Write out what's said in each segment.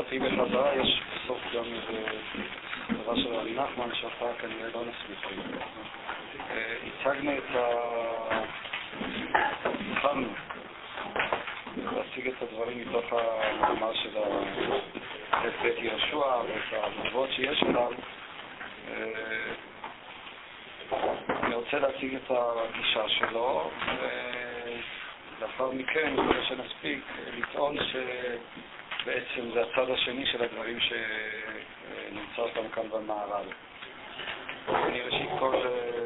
שותפים בחזרה, יש בסוף גם איזה דבר של רבי נחמן שאתה כנראה לא נספיק. הצגנו התחלנו להציג את הדברים מתוך המאמר של בית יהושע ואת המובאות שיש עליו. אני רוצה להציג את הגישה שלו, ולאחר מכן, כדי שנספיק, לטעון שבעצם זה הצד השני של הדברים שנמצא אותם כאן במערב. אני ראשית כל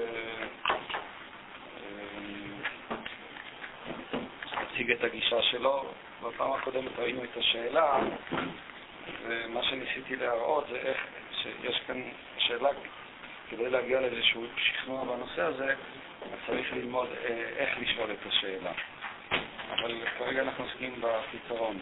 אציג את הגישה שלו. בפעם הקודמת ראינו את השאלה, ומה שניסיתי להראות זה איך שיש כאן שאלה, כדי להגיע לאיזשהו שכנוע בנושא הזה, צריך ללמוד איך לשאול את השאלה. אבל כרגע אנחנו עוסקים בפתרון.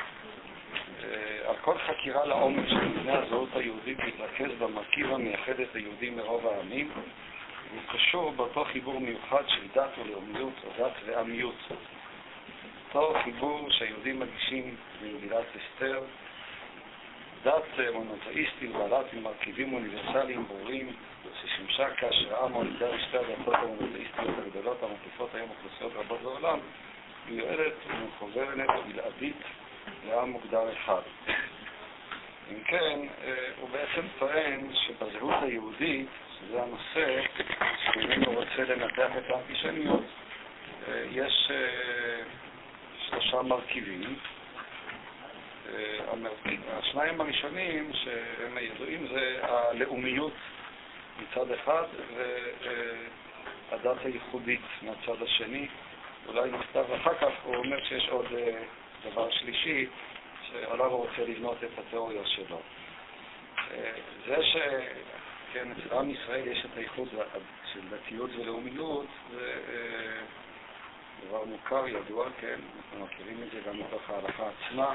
על כל חקירה לעומק של מבנה הזהות היהודית להתרכז במרכיב המייחד את היהודים מרוב העמים, הוא קשור באותו חיבור מיוחד של דת ולאומיות או דת ועמיות. אותו חיבור שהיהודים מגישים במגילת אסתר, דת מונותאיסטית בעלת ממרכיבים אוניברסליים ברורים, ששימשה כהשראה מולידה לשתי הדתות המונותאיסטיות הגדולות המקיפות היום אוכלוסיות רבות בעולם, מיועדת ומכוונת בלעדית לעם מוגדר אחד. אם כן, הוא בעצם טוען שבזהות היהודית, שזה הנושא שממנו רוצה לנתח את האנטישמיות, יש שלושה מרכיבים. השניים הראשונים שהם הידועים זה הלאומיות מצד אחד והדת הייחודית מהצד השני. אולי נכתב אחר כך הוא אומר שיש עוד דבר שלישי שעליו הוא רוצה לבנות את התיאוריה שלו. זה שכן, אצל עם ישראל יש את הייחוד של דתיות ולאומיות, זה דבר מוכר, ידוע, כן, אנחנו מכירים את זה גם מתוך ההלכה עצמה.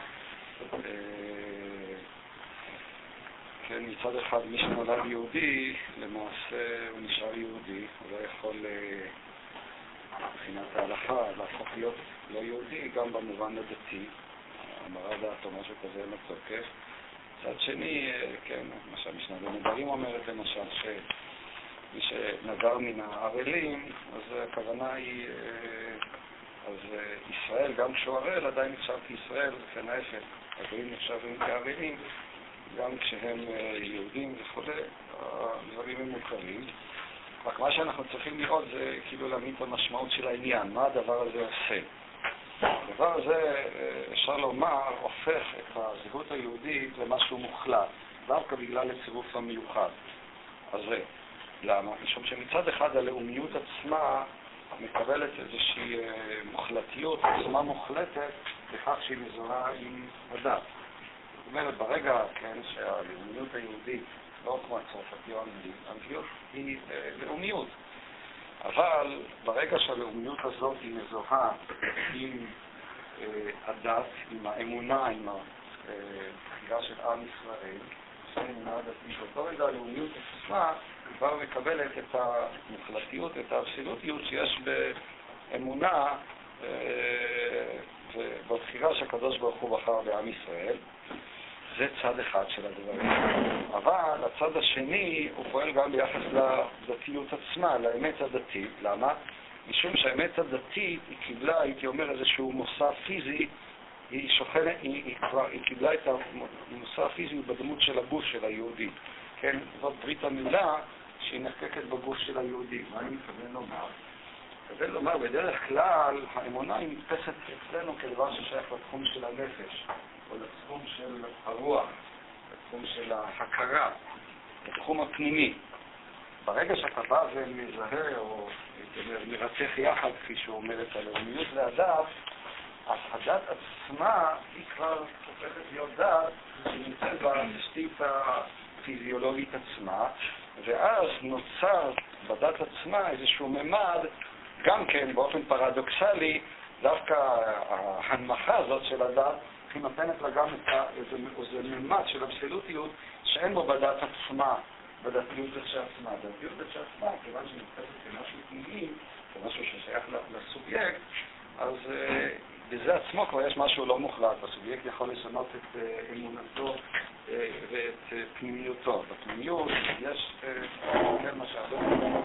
כן, מצד אחד מי שנולד יהודי, למעשה הוא נשאר יהודי, הוא לא יכול מבחינת ההלכה להפוך להיות לא יהודי, גם במובן הדתי, אמרה דעתו משהו כזה לתוקף. מצד שני, כן, מה שהמשנה בנדרים אומרת למשל, שמי שנדר מן הערלים, אז הכוונה היא, אז ישראל, גם כשהוא ערל, עדיין נחשב כישראל, וכן ההפך, הגויים נחשבים כערלים, גם כשהם יהודים וכו', הדברים הם מוכרים. רק מה שאנחנו צריכים לראות זה כאילו להבין את המשמעות של העניין, מה הדבר הזה עושה. הדבר הזה, אפשר לומר, הופך את הזהות היהודית למשהו מוחלט, דווקא בגלל הצירוף המיוחד. אז זה, למה? משום שמצד אחד הלאומיות עצמה מקבלת איזושהי מוחלטיות, עצמה מוחלטת, בכך שהיא מזוהה עם הדת. זאת אומרת, ברגע, כן, שהלאומיות היהודית, לא כמו הצרפתי או האנגליות, היא לאומיות. אבל ברגע שהלאומיות הזאת היא מזוהה עם הדת, עם האמונה, עם הבחירה של עם ישראל, של אמונה הדתית, אותו רגע הלאומיות עצמה כבר מקבלת את המוחלטיות, את האבסולוטיות שיש באמונה ובבחירה שהקדוש ברוך הוא בחר בעם ישראל. זה צד אחד של הדברים. אבל הצד השני הוא פועל גם ביחס לדתיות עצמה, לאמת הדתית. למה? משום שהאמת הדתית היא קיבלה, הייתי אומר, איזשהו מושא פיזי, היא קיבלה את המושא הפיזי בדמות של הגוף של היהודי. כן? זאת ברית המילה שהיא נחקקת בגוף של היהודי. מה אני מתכוון לומר? מתכוון לומר, בדרך כלל האמונה היא נתפסת אצלנו כדבר ששייך לתחום של הנפש. או לתחום של הרוח, לתחום של ההכרה, לתחום הפנימי. ברגע שאתה בא ומזהה או מרצח יחד, כפי שהוא אומר את הלאומיות והדת, אז הדת עצמה היא כבר הופכת להיות דת שנמצאת בתשתית הפיזיולוגית עצמה, ואז נוצר בדת עצמה איזשהו ממד, גם כן באופן פרדוקסלי, דווקא ההנמכה הזאת של הדת, היא נותנת לה גם איזה ממד של אבסולוטיות שאין בו בדת עצמה, בדתיות עצמה. דתיות עצמה, כיוון שנתפסת כמשהו טבעי, כמשהו ששייך לסובייקט, אז בזה עצמו כבר יש משהו לא מוחלט, הסובייקט יכול לשנות את אמונתו ואת פנימיותו. בפנימיות יש, כן, מה שהרבה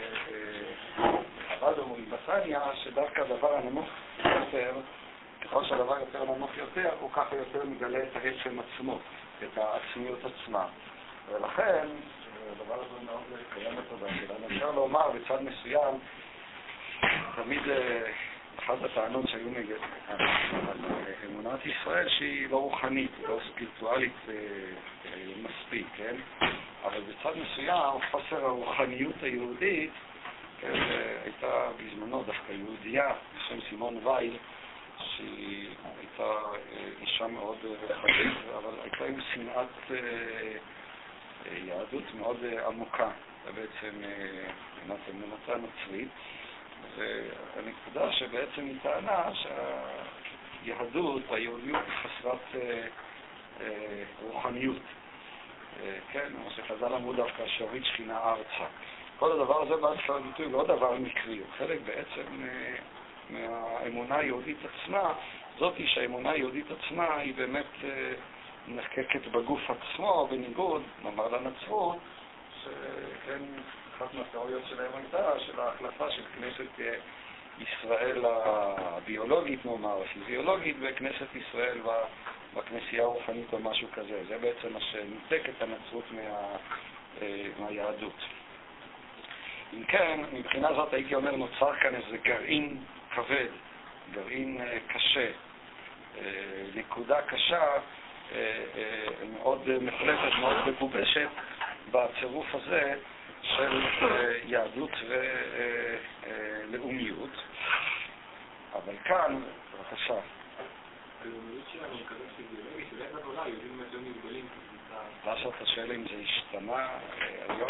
חב"ד אומרים בתניא, שדווקא הדבר הנמוך יותר, ככל שהדבר יותר נמוך יותר, הוא ככה יותר מגלה את העצם עצמו, את העצמיות עצמה. ולכן, הדבר הזה מאוד קיים בתודעה שלנו. אפשר לומר בצד מסוים, תמיד אחת הטענות שהיו נגד אמונת ישראל שהיא לא רוחנית, לא ספיריטואלית מספיק, כן? אבל בצד מסוים, חוסר הרוחניות היהודית, כן, הייתה בזמנו דווקא יהודייה בשם סימון וייל, שהיא הייתה אישה מאוד רוחנית, אבל הייתה עם שנאת יהדות מאוד עמוקה, זה בעצם אמונתה נוצרית. והנקודה שבעצם היא טענה שהיהדות, היהודיות חסרת רוחניות. כן, מה שחז"ל אמרו דווקא שהוריד שכינה ארצה. כל הדבר הזה בהתחלה ביטוי לא דבר מקרי, הוא חלק בעצם מהאמונה היהודית עצמה. זאת היא שהאמונה היהודית עצמה היא באמת נחקקת בגוף עצמו, בניגוד, נאמר לנצרות, שכן, אחת מהתיאוריות שלהם הייתה של ההחלפה של כנסת ישראל הביולוגית, נאמר, הפיזיולוגית, וכנסת ישראל בכנסייה הרוחנית או משהו כזה. זה בעצם מה שניתק את הנצרות מהיהדות. אם כן, מבחינה זאת הייתי אומר, נוצר כאן איזה גרעין כבד, גרעין קשה, נקודה קשה, מאוד מחלטת, מאוד מגובשת בצירוף הזה של יהדות ולאומיות. אבל כאן, בבקשה. הלאומיות שלנו היא כזאת פיזיולוגית, אולי בגולה, יהודים יותר מוגבלים. מה שאתה שואל אם זה השתנה, היום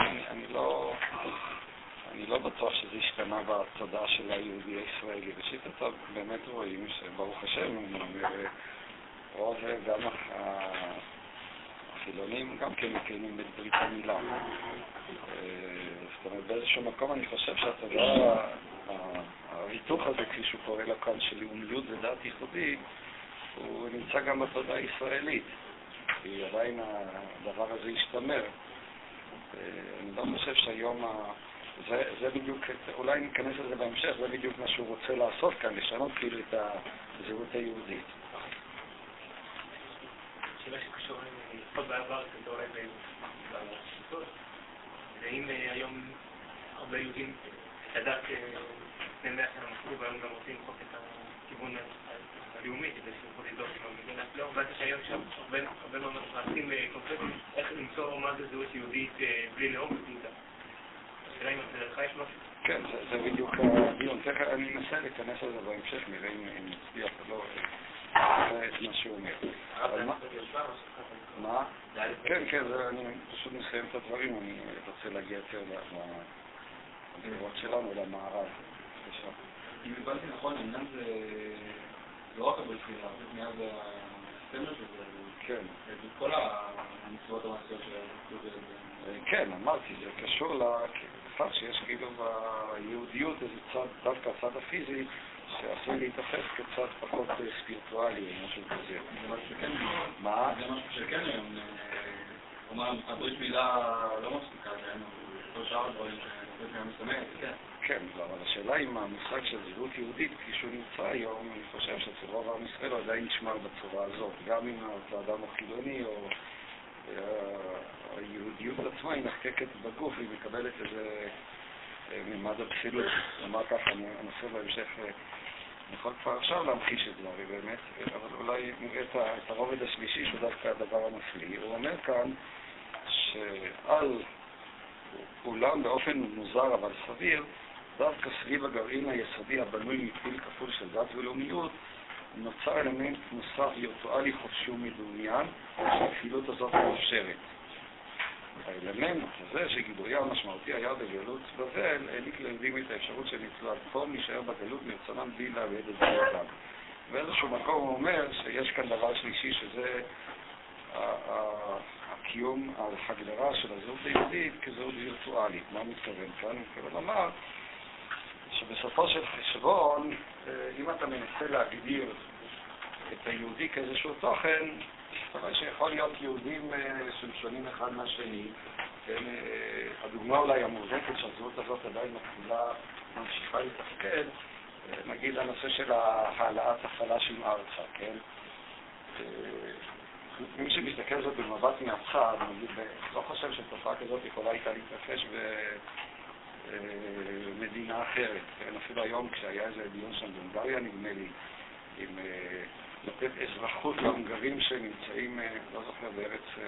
אני לא בטוח שזה השתנה בתודעה של היהודי הישראלי. ראשית, אתה באמת רואים שברוך השם, רוב גם החילונים גם כן מקיימים את ברית המילה. זאת אומרת, באיזשהו מקום אני חושב שהתודעה, הריתוך הזה, כפי שהוא קורא לה כאן, של לאומיות ודעת ייחודית, הוא נמצא גם בתודעה הישראלית. כי עדיין הדבר הזה ישתמר. אני לא חושב שהיום זה בדיוק, אולי ניכנס לזה בהמשך, זה בדיוק מה שהוא רוצה לעשות כאן, לשנות כאילו את הזהות היהודית. שאלה שקשור לפחות בעבר, כזה אולי בשיטות, ואם היום הרבה יהודים סדק לפני 100 שנה מסכו, והיום גם רוצים למחוק את הכיוון הלאומי, כדי שיכול לדעות עם המדינה שלו, ואז שהיום שם הרבה מאוד מעשים קונקרטיים, איך למצוא מה זה זהות יהודית בלי לאום ותמודה. השאלה אם לך יש משהו? כן, זה בדיוק הדיון. תכף אני אנסה להיכנס לזה בהמשך, נראה אם נצליח או לא את מה שהוא אומר. מה? כן, אני פשוט מסיים את הדברים, אני רוצה להגיע יותר לדברות שלנו, למערב. אם הבנתי נכון, העניין זה לא רק הברית מילה, הברית מילה זה הסמל שזה... כן. זה כל המצוות המעשיות שלהם. כן, אמרתי, זה קשור לכך שיש כאילו ביהודיות איזה צד, דווקא הצד הפיזי, שעשוי להתאחס כצד פחות ספיריטואלי או משהו כזה. זה משהו שכן. מה? זה משהו שכן היום. כלומר, הברית מילה לא מספיקה, כן? כל שאר הדברים שהברית מילה מסתמנת, כן. כן, אבל השאלה אם המושג של זהות יהודית, כפי שהוא נמצא היום, אני חושב שאצל רוב עם ישראל הוא עדיין נשמר בצורה הזאת. גם אם האדם החילוני או היהודיות עצמה היא נחקקת בגוף, היא מקבלת איזה ממד הבחילות. לומר ככה, אני אנסה בהמשך, אני יכול כבר עכשיו להמחיש את זה, הרי באמת, אבל אולי נראה את הרובד השלישי, שהוא דווקא הדבר המפליא. הוא אומר כאן שעל אולם באופן מוזר אבל סביר, דווקא סביב הגרעין היסודי הבנוי מפעיל כפול של דת ולאומיות, נוצר אלמנט מוסף וירטואלי חופשי ומדומיין, שהפעילות הזאת מאפשרת. האלמנט הזה שגיבויה המשמעותי היה בגלות בבל, העניק ליהודים את האפשרות שניצלו עד כה להישאר בגלות מרצונם בלי לאבד את זהותם. באיזשהו מקום הוא אומר שיש כאן דבר שלישי, שזה הקיום, ההגדרה של הזהות היהודית כזהות וירטואלית. מה מתכוון כאן? הוא מתכוון לומר שבסופו של חשבון, אם אתה מנסה להגדיר את היהודי כאיזשהו תוכן, אתה רואה שיכול להיות יהודים שונים אחד מהשני. כן, הדוגמה אולי המובהקת שהזהות הזאת עדיין ממשיכה לתפקד, נגיד הנושא של העלאת הפלאשים ארצה, כן? מי שמסתכל על זה במבט מהצד, נגיד, לא חושב שתופעה כזאת יכולה הייתה להתרחש במדינה אחרת. כן? אפילו היום כשהיה איזה דיון שם בהונגריה, נדמה לי, עם לתת אזרחות להונגרים שנמצאים, לא זוכר, בארץ...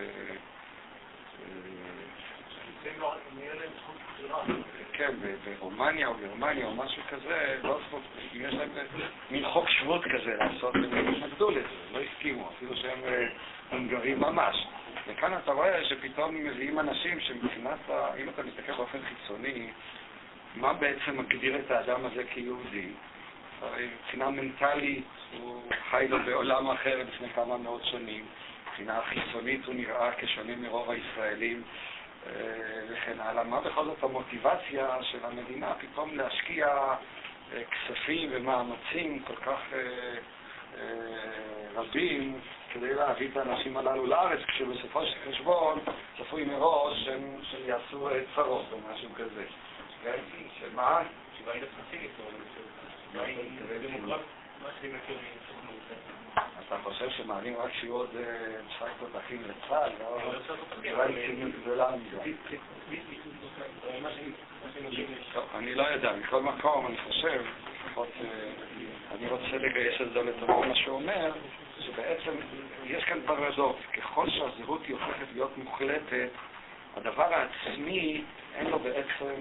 כן, ברומניה או גרמניה או משהו כזה, לא זכות, יש להם מין חוק שבות כזה לעשות, והם התנגדו לזה, לא הסכימו, אפילו שהם הונגרים ממש. וכאן אתה רואה שפתאום מביאים אנשים שמבחינת, אם אתה מסתכל באופן חיצוני, מה בעצם מגדיר את האדם הזה כיהודי? הרי מבחינה מנטלית הוא חי לו בעולם אחר לפני כמה מאות שנים, מבחינה חיצונית הוא נראה כשונה מרוב הישראלים, וכן הלאה. מה בכל זאת המוטיבציה של המדינה פתאום להשקיע כספים ומאמצים כל כך רבים כדי להביא את האנשים הללו לארץ, כשבסופו של חשבון צפוי מראש שהם יעשו צרות או משהו כזה. כן? שמה? שבא ידע פסיכית או אתה חושב שמעלים רק שיהיו עוד משחק תותחים לצה"ל, לא? נראה לי צינות גדולה מזה. אני לא יודע, מכל מקום אני חושב, לפחות אני רוצה לגייס את זה לטובה מה שאומר, שבעצם יש כאן פרדוקס, ככל שהזהות היא הופכת להיות מוחלטת, הדבר העצמי אין לו בעצם,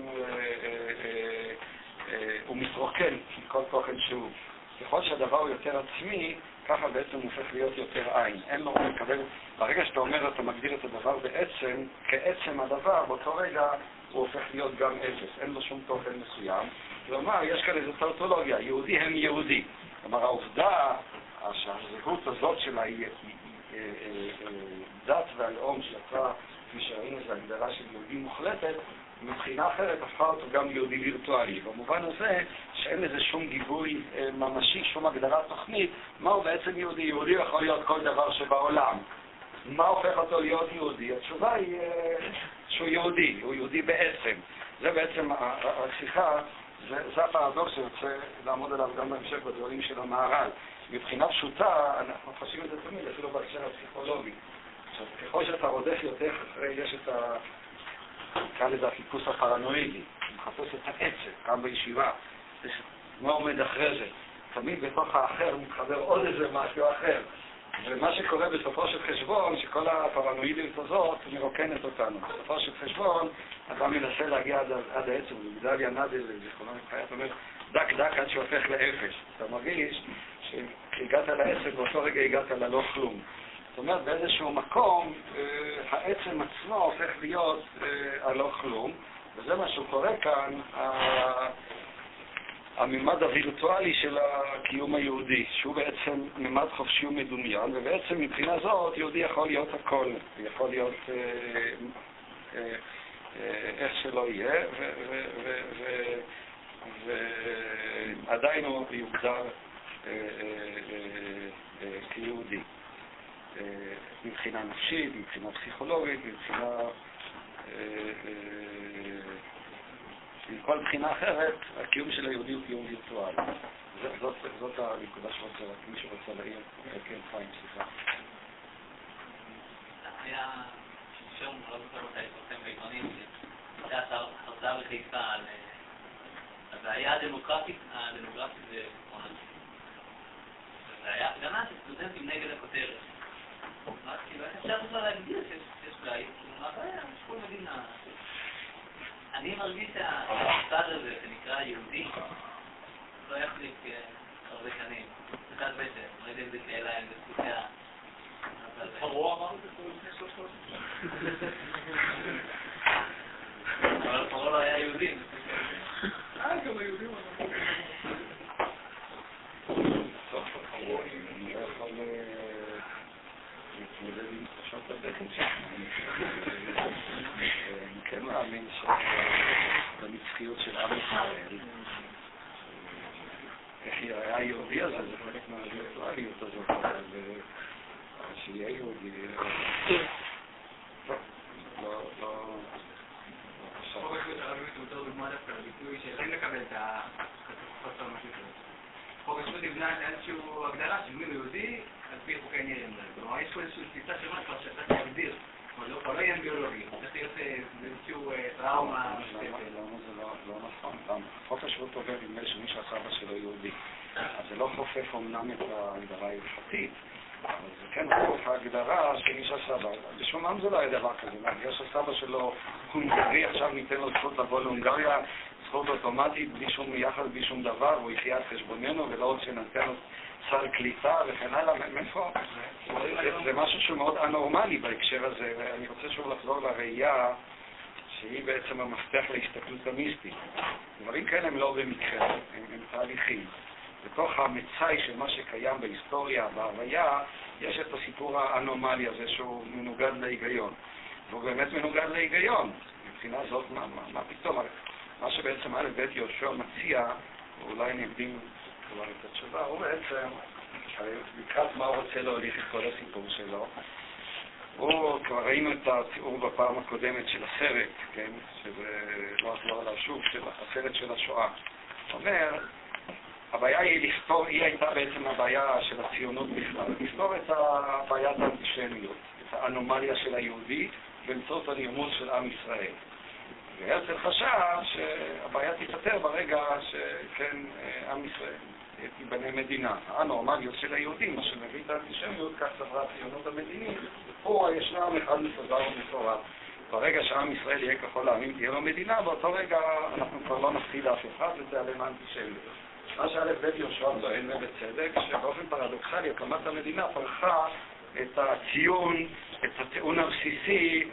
הוא מתרוקן מכל תוכן שהוא. ככל שהדבר הוא יותר עצמי, ככה בעצם הוא הופך להיות יותר עין. אין לו מקבל, ברגע שאתה אומר, אתה מגדיר את הדבר בעצם, כעצם הדבר, באותו רגע הוא הופך להיות גם אפס. אין לו שום תוכן מסוים. כלומר, יש כאן איזו טאוטולוגיה, יהודי הם יהודי. כלומר, העובדה שהזהות הזאת שלה היא דת והלאום שיצרה, כפי שראינו, זה הגדרה של יהודי מוחלטת, מבחינה אחרת הפכה אותו גם יהודי וירטואלי. במובן הזה שאין לזה שום גיבוי ממשי, שום הגדרה תוכנית, מהו בעצם יהודי? יהודי יכול להיות כל דבר שבעולם. מה הופך אותו להיות יהודי? התשובה היא שהוא יהודי, הוא יהודי בעצם. זה בעצם השיחה, זה הפרדוקס שרוצה לעמוד עליו גם בהמשך בדברים של המהר"ל. מבחינה פשוטה, אנחנו חושבים את זה תמיד, אפילו בהקשר הפסיכולוגי. עכשיו, ככל שאתה רודף יותר אחרי, יש את קרא לזה החיפוש הפרנואידי, מחפש את העצם, גם בישיבה, מה עומד אחרי זה. תמיד בתוך האחר מתחבר עוד איזה משהו אחר. ומה שקורה בסופו של חשבון, שכל הפרנואידיות הזאת מרוקנת אותנו. בסופו של חשבון, אתה מנסה להגיע עד העצם, ובגלל ינדל, זיכרונו לברכה, אתה אומר, דק דק עד שהופך לאפס. אתה מרגיש שהגעת לעצם, באותו רגע הגעת ללא כלום. זאת אומרת, באיזשהו מקום, העצם עצמו הופך להיות הלא כלום, וזה מה שקורה כאן, הממד הווירטואלי של הקיום היהודי, שהוא בעצם ממד חופשי ומדומיין, ובעצם מבחינה זאת יהודי יכול להיות הכל, יכול להיות איך שלא יהיה, ועדיין הוא יוגדר כיהודי. מבחינה נפשית, מבחינה פסיכולוגית, מבחינה מכל בחינה אחרת, הקיום של היהודי הוא קיום וירטואלי. זאת הנקודה שרוצה, מי שרוצה להעיר. כן, חיים, סליחה. היה שלשום, לא זוכר אותה, התפרסם בעיתונים, הייתה הרצאה בחיפה על הבעיה הדמוגרפית זה קורונה. והיה הפגנה של סטודנטים נגד הכותרת. כאילו, איך אפשר בכלל להגדיר שיש בעיה? מה הבעיה? יש כל מדינה. אני מרגיש שהצד הזה שנקרא יהודי לא יחליק הרבה שנים. זה קצת בטר, לא יודע אם זה שאלה, אם זה זכותיה. פרעה אמר את זה פה לפני 300. אבל פרעה לא היה יהודי. גם היהודים אמרו. טוב, אני לא יכול להתמודד עם תחושות הבטן שלי. אני כן מאמין שבנצחיות של עם ישראל איך יראה היהודי הזה, זה חלק מהווירטואליות הזאת, אבל שיהיה יהודי, לא... פה יש יותר דוגמה דווקא לביטוי שאין לקבל את החוסר משהו כזה. פה פשוט נבנה איזושהי הגדרה של מי יהודי על פי חוקי נירנברג. כלומר, יש פה איזושהי תפיסה של מה שאתה תגדיר. כלומר, לא יהיה ביולוגי, צריך להיות איזושהי טראומה. למה זה לא נכון? חוק השבות עובר עם מי שהסבא שלו יהודי. אז זה לא חופף אומנם את ההגדרה ההלכתית, אבל זה כן חופף ההגדרה של מי שהסבא. בשום עם זה לא היה דבר כזה. יש הסבא שלו הונגרי, עכשיו ניתן לו זכות לבוא להונגריה, זכות אוטומטית, בלי שום יחד, בלי שום דבר, הוא יחיה על חשבוננו ולא עוד שנתן לו סל קליטה וכן הלאה. מאיפה? זה משהו שהוא מאוד אנורמלי בהקשר הזה, ואני רוצה שוב לחזור לראייה שהיא בעצם המפתח להסתכלות המיסטית. דברים כאלה הם לא במקרה, הם תהליכים. בתוך המצאי של מה שקיים בהיסטוריה, בהוויה, יש את הסיפור האנומלי הזה שהוא מנוגד להיגיון. והוא באמת מנוגד להיגיון. מבחינה זאת, מה פתאום? מה שבעצם א' ב' יהושע מציע, ואולי אני אקדים כבר את התשובה, הוא בעצם, לקראת מה הוא רוצה להוליך את כל הסיפור שלו. הוא, כבר ראינו את התיאור בפעם הקודמת של הסרט, כן? שזה לא אחזור עליו שוב, של הסרט של השואה. זאת אומרת, הבעיה היא לפתור, היא הייתה בעצם הבעיה של הציונות בכלל, לפתור את הבעיית האנטישמיות, את האנומליה של היהודי, באמצעות הנרמול של עם ישראל. והרצל חשב שהבעיה תיפתר ברגע שכן, עם ישראל תיבנה מדינה. האנומליות של היהודים, מה שמביא את האנטישמיות, כך סברה הציונות המדינית, פה ישנם אחד מסודר ומפורט. ברגע שעם ישראל יהיה ככל העמים, תהיה לו מדינה, באותו רגע אנחנו כבר לא נפחיד אף אחד ותיעלם האנטישמיות. מה שא' ב' יהושע טוען ובצדק, שבאופן פרדוקסלי הקמת המדינה פרחה את הציון, את הטיעון הבסיסי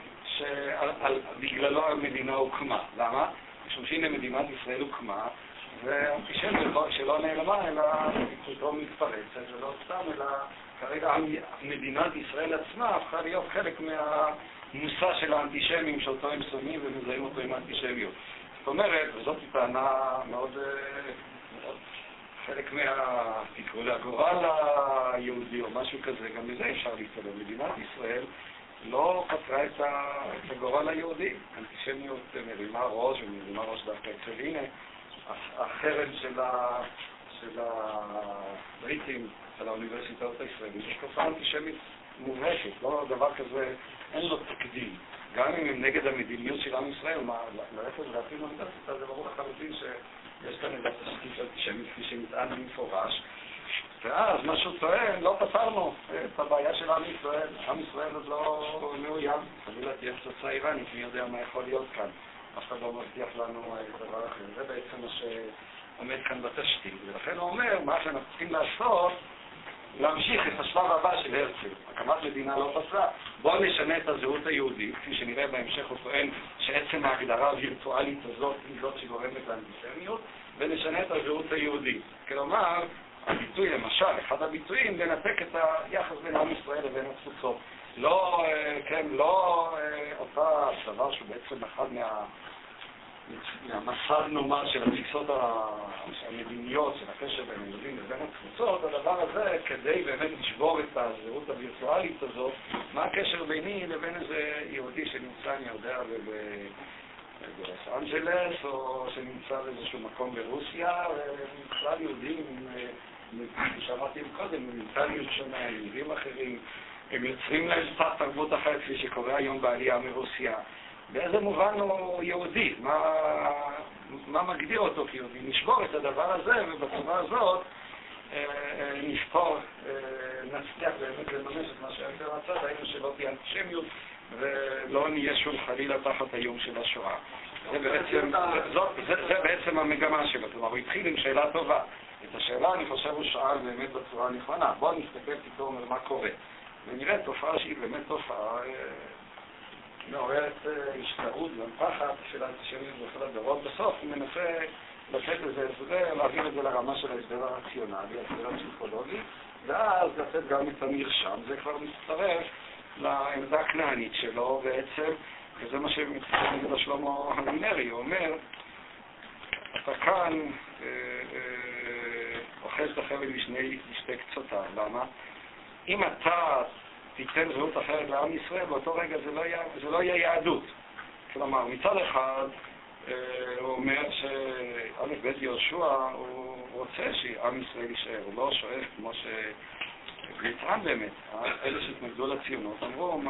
שבגללו המדינה הוקמה. למה? משום שהנה מדינת ישראל הוקמה, והאנטישמיות שלא נעלמה, אלא פתאום מתפרצת, ולא סתם, אלא כרגע מדינת ישראל עצמה הפכה להיות חלק מהמושא של האנטישמים שאותו הם שונאים ומזהים אותו עם האנטישמיות. זאת אומרת, וזאת טענה מאוד חלק תקראו לגורל היהודי או משהו כזה, גם מזה אפשר להתקדם. מדינת ישראל לא פתרה את הגורל היהודי. אנטישמיות מרימה ראש, ומרימה ראש דווקא אצל הנה, החרם של הבריטים, של האוניברסיטאות הישראלית, יש תופעה אנטישמית מובהקת, לא דבר כזה, אין לו תקדים. גם אם הם נגד המדיניות של עם ישראל, ללכת ולהפעיל באוניברסיטה, זה ברור לחלוטין שיש כאן איזה תשתית אנטישמית כפי שנטען במפורש. ואז מה שהוא טוען, לא פתרנו את הבעיה של עם ישראל. עם ישראל עוד לא מאוים, חלילה תהיה פצצה איראנית, מי יודע מה יכול להיות כאן. אף אחד לא מבטיח לנו דבר אחר. זה בעצם מה שעומד כאן בתשתית. ולכן הוא אומר, מה שאנחנו צריכים לעשות, להמשיך את השלב הבא של הרצל. הקמת מדינה לא פסלה. בואו נשנה את הזהות היהודית, כפי שנראה בהמשך הוא טוען שעצם ההגדרה הווירטואלית הזאת היא זאת שגורמת לאנטישמיות, ונשנה את הזהות היהודית. כלומר, הביטוי למשל, אחד הביטויים, לנתק את היחס בין עם ישראל לבין התפוצות. לא, כן, לא אותה דבר שהוא בעצם אחד מהמסד נאמר של התפיסות המדיניות של הקשר בין היהודים לבין התפוצות, הדבר הזה, כדי באמת לשבור את הזהות הווירטואלית הזאת, מה הקשר ביני לבין איזה יהודי שנמצא, אני יודע, בלוס אנג'לס, או שנמצא באיזשהו מקום ברוסיה, ובכלל יהודים, שאמרתי קודם, עם מנטליות שונה, יהודים אחרים, הם יוצרים להם תרבות אחרת, כפי שקורה היום בעלייה מרוסיה. באיזה מובן הוא יהודי? מה מגדיר אותו כיהודי? נשבור את הדבר הזה, ובצורה הזאת נצליח באמת לממש את מה שהייתה רצה, היינו שלא תהיה אנטישמיות, ולא נהיה שום חלילה תחת היום של השואה. זה בעצם המגמה שלו. כלומר, הוא התחיל עם שאלה טובה. את השאלה, אני חושב, הוא שאל באמת בצורה הנכונה. בואו נסתכל פתאום על מה קורה. ונראה תופעה שהיא באמת תופעה מעוררת השתאות ופחד של האנטישמיות בכל הדורות. בסוף הוא מנסה לתת לזה הסבר, להעביר את זה לרמה של ההסבר הרציונלי, ההסבר הפסיכולוגי, ואז לתת גם את המרשם. זה כבר מצטרף לעמדה הכנענית שלו בעצם, וזה מה שמתחיל לשלמה המינרי. הוא אומר, אתה כאן אוכל לאחז את החבל משתי קצותיו. למה? אם אתה תיתן זהות אחרת לעם ישראל, באותו רגע זה לא יהיה יהדות. כלומר, מצד אחד, הוא אומר שא' בית יהושע הוא רוצה שעם ישראל יישאר, הוא לא שואף כמו שמצרים באמת, אלה שהתנגדו לציונות, אמרו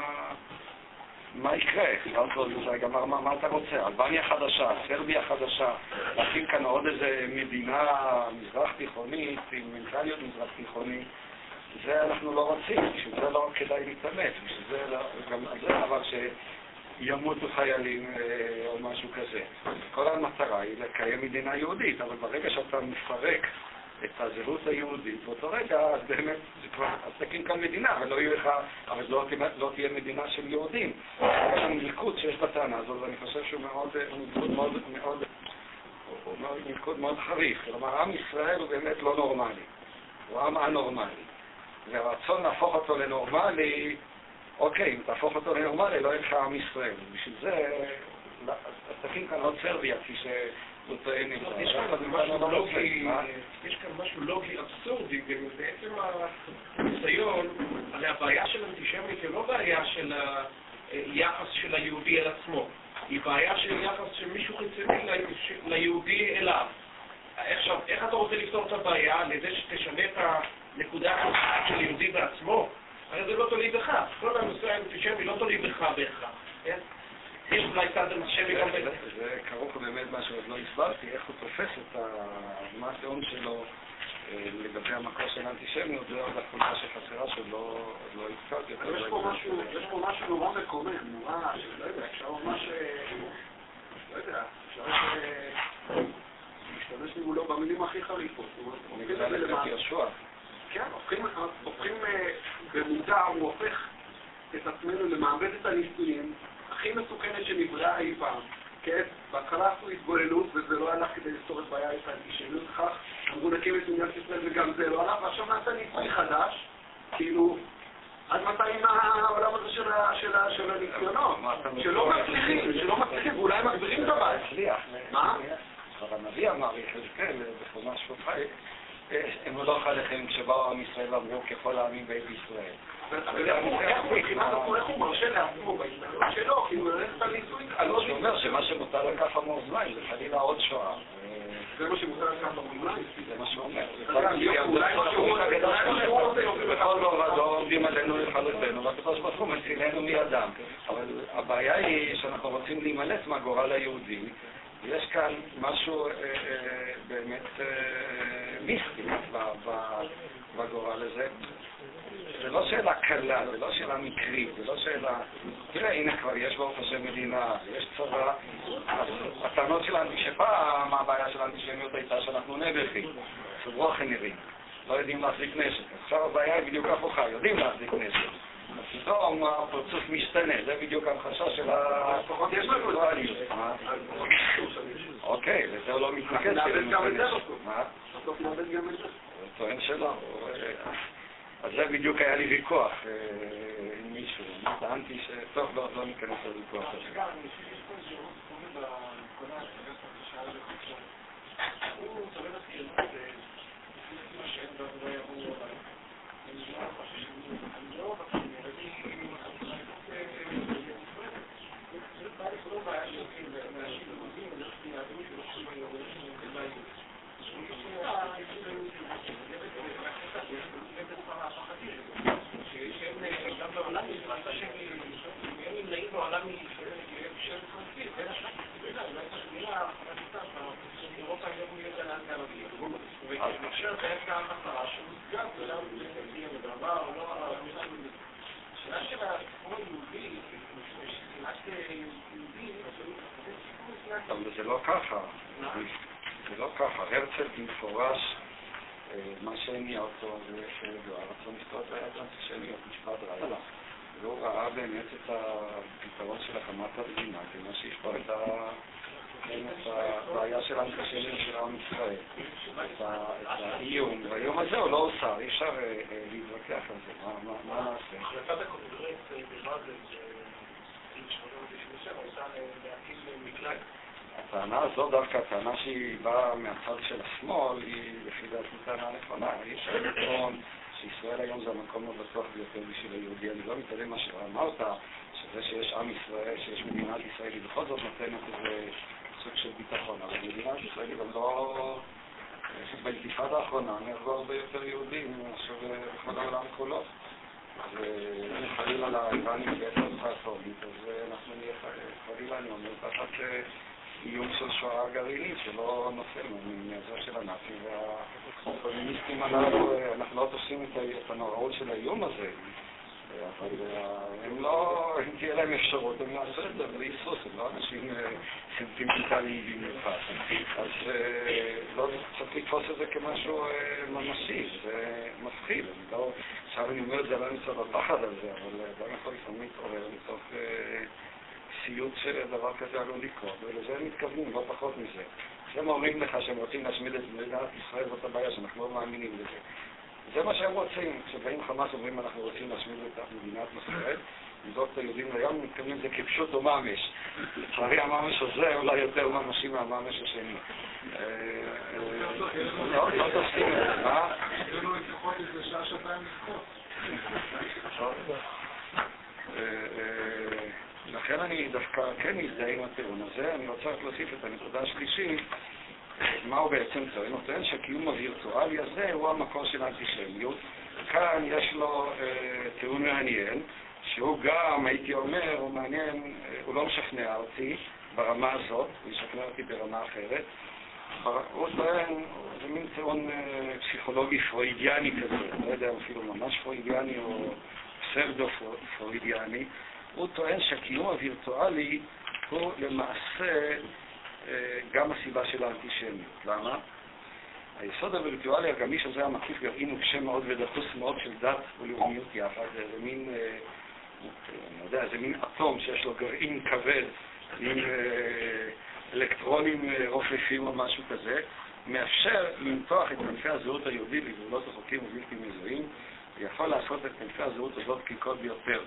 מה יקרה? אמר מה אתה רוצה? אלבניה חדשה, סרביה חדשה, להקים כאן עוד איזה מדינה מזרח תיכונית עם מנטליות מזרח תיכונית, זה אנחנו לא רוצים, בשביל זה לא כדאי להתאמץ, בשביל זה גם זה אבל ימותו חיילים או משהו כזה. כל המטרה היא לקיים מדינה יהודית, אבל ברגע שאתה מפרק את הזהות היהודית, באותו רגע, אז באמת, אז תקים כאן מדינה, אבל לא תהיה מדינה של יהודים. המלכוד שיש בטענה הזאת, ואני חושב שהוא מלכוד מאוד חריף. כלומר, עם ישראל הוא באמת לא נורמלי, הוא עם אנורמלי. והרצון להפוך אותו לנורמלי, אוקיי, אם תהפוך אותו לנורמלי, לא יהיה לך עם ישראל. בשביל זה, אז תקים כאן עוד סרביה, כפי שהוא טוען עם זה. יש כאן משהו לוגי אבסורדי, בעצם הניסיון, הרי הבעיה של אנטישמיות היא לא בעיה של היחס של היהודי אל עצמו, היא בעיה של יחס של מישהו חיצוני ליהודי אליו. איך אתה רוצה לפתור את הבעיה לזה שתשנה את הנקודה החלטית של יהודי בעצמו? הרי זה לא תולי בך, כל הנושא האנטישמי לא תולי בך בהכרח. יש אולי צד אנטישמי גם בזה. זה כרוך באמת מה שעוד לא הסברתי, איך הוא תופס את מה הטיעון שלו לגבי המקור של האנטישמיות, זה עוד החולשה שחסרה שלא הזכרתי. יש פה משהו נורא מקומם, נורא, לא יודע, אפשר ממש, לא יודע, אפשר להשתמש מולו במילים הכי חריפות. נגדה לבית יהושע. כן, הופכים במודע, הוא הופך את עצמנו למעבד את הניסויים הכי מסוכנת שנבראה אי פעם. כן, בהתחלה עשו התבוללות וזה לא הלך כדי לפתור את בעיה את האנטישמיות, כך אמרו נקים את מדינת ישראל וגם זה לא הלך, ועכשיו נעשה ניסוי חדש, כאילו, עד מתי עם העולם הזה של הניסיונות, שלא מצליחים, ואולי מגבירים את הבעיה. מה? אבל הנביא אמר, יחזקאל, בחומה שפופי, הם לא חלכם כשבאו עם ישראל ואמרו ככל העמים בית ישראל. איך הוא מרשה לעצמו בהתנהלות שלו, כי הוא ללכת על ניסוי? הוא אומר שמה שמותר לקח המאוזניים זה חלילה עוד שואה. זה מה שמותר לקח המאוזניים? זה מה שהוא אומר. בכל לא עומדים עלינו לכלותנו, והקדוש ברוך הוא מצילנו מידם. אבל הבעיה היא שאנחנו רוצים להימלט מהגורל היהודי, ויש כאן משהו באמת מיסטי בגורל הזה. זה לא שאלה קלה, זה לא שאלה מקרית, זה לא שאלה... תראה, הנה כבר יש ברוך השם מדינה, יש צבא. הטענות שלנו שפעם הבעיה של האנטישמיות הייתה שאנחנו נערכים, סברוך נראים, לא יודעים להחזיק נשק. עכשיו הבעיה היא בדיוק הפוכה, יודעים להחזיק נשק. פתאום הפרצוף משתנה, זה בדיוק המחשה של האקטואליות. אוקיי, וזה לא מתנגד. נאבד גם את זה בסוף. מה? בסוף נאבד גם את זה. הוא טוען שלא. אז זה בדיוק היה לי ויכוח עם מישהו. אני טענתי שטוב, לא ניכנס לוויכוח הזה. אבל זה לא ככה, זה לא ככה. הרצל במפורש, מה שהניע אותו זה הרצון לפתור את בעיית האנטישמיות, משפט רעילה. והוא ראה באמת את הפתרון של הקמת המדינה, כמו שיפתור את הבעיה של האנטישמיות של עם ישראל, את האיום. והאיום הזה הוא לא עושה, אי אפשר להתווכח על זה, מה נעשה? החלטת הקונגרס בבאזל, ב-1897, עושה להקים מקלט הטענה הזו, דווקא הטענה שהיא באה מהצד של השמאל, היא לפי דעתי טענה נכונה. אי אפשר לטעון שישראל היום זה המקום הבטוח ביותר בשביל היהודי. אני לא מתעלם מה שאמרת, שזה שיש עם ישראל, שיש מדינת ישראל, היא בכל זאת נותנת איזה סוג של ביטחון, אבל מדינת ישראל היא גם לא... באינתיפאדה האחרונה נהרגו הרבה יותר יהודים מאשר בכל העולם כולו. וחלילה לאיראנים בעצם האטומית, אז אנחנו נהיה חלילה, אני אומר, תחת איום של שואה גרעינית שלא נופל מהזה של הנאצים והקומוניסטים הללו. אנחנו לא תופסים את הנוראות של האיום הזה, אבל הם לא, אם תהיה להם אפשרות, הם יעשו את זה בלי היסוס, הם לא אנשים סנטימנטליים במיוחד. אז לא צריך לתפוס את זה כמשהו ממשי, זה מפחיד. עכשיו אני אומר את זה לא מצב הפחד הזה, אבל גם יכול לפעמים להתעורר מתוך סיוט שדבר כזה עלול לקרות, ולזה הם מתכוונים, לא פחות מזה. כשהם אומרים לך שהם רוצים להשמיד את מדינת ישראל, זאת הבעיה שאנחנו לא מאמינים לזה. זה מה שהם רוצים. כשבאים חמאס אומרים אנחנו רוצים להשמיד את מדינת ישראל, לבדוק את היהודים לים, מתכוונים את זה כפשוט או ממש. לצערי הממש הזה אולי יותר ממשי מהממש השני. לא תופסים את זה, מה? זה לא לפחות איזה שעה שעתיים לפחות. לכן אני דווקא כן מזדהה עם הטיעון הזה. אני רוצה רק להוסיף את הנקודה השלישית. מה הוא בעצם טוען? הוא טוען שהקיום הווירטואלי הזה הוא המקור של האנטישמיות. כאן יש לו טיעון מעניין, שהוא גם, הייתי אומר, הוא מעניין, הוא לא משכנע אותי ברמה הזאת, הוא ישכנע אותי ברמה אחרת. הוא טוען, זה מין טיעון פסיכולוגי פרוידיאני כזה, לא יודע אפילו ממש פרוידיאני או פסרדו-פרוידיאני. הוא טוען שהקיום הווירטואלי הוא למעשה גם הסיבה של האנטישמיות. למה? היסוד הווירטואלי הגמיש הזה המקיף גרעין וקשה מאוד ודחוס מאוד של דת ולאומיות יחד. זה מין, אני יודע, זה מין אטום שיש לו גרעין כבד עם אלקטרונים רופפים או משהו כזה, מאפשר למתוח את כנפי הזהות היהודית לגבולות רחוקים ובלתי מזוהים, ויכול לעשות את כנפי הזהות הזאת קלקות ביותר.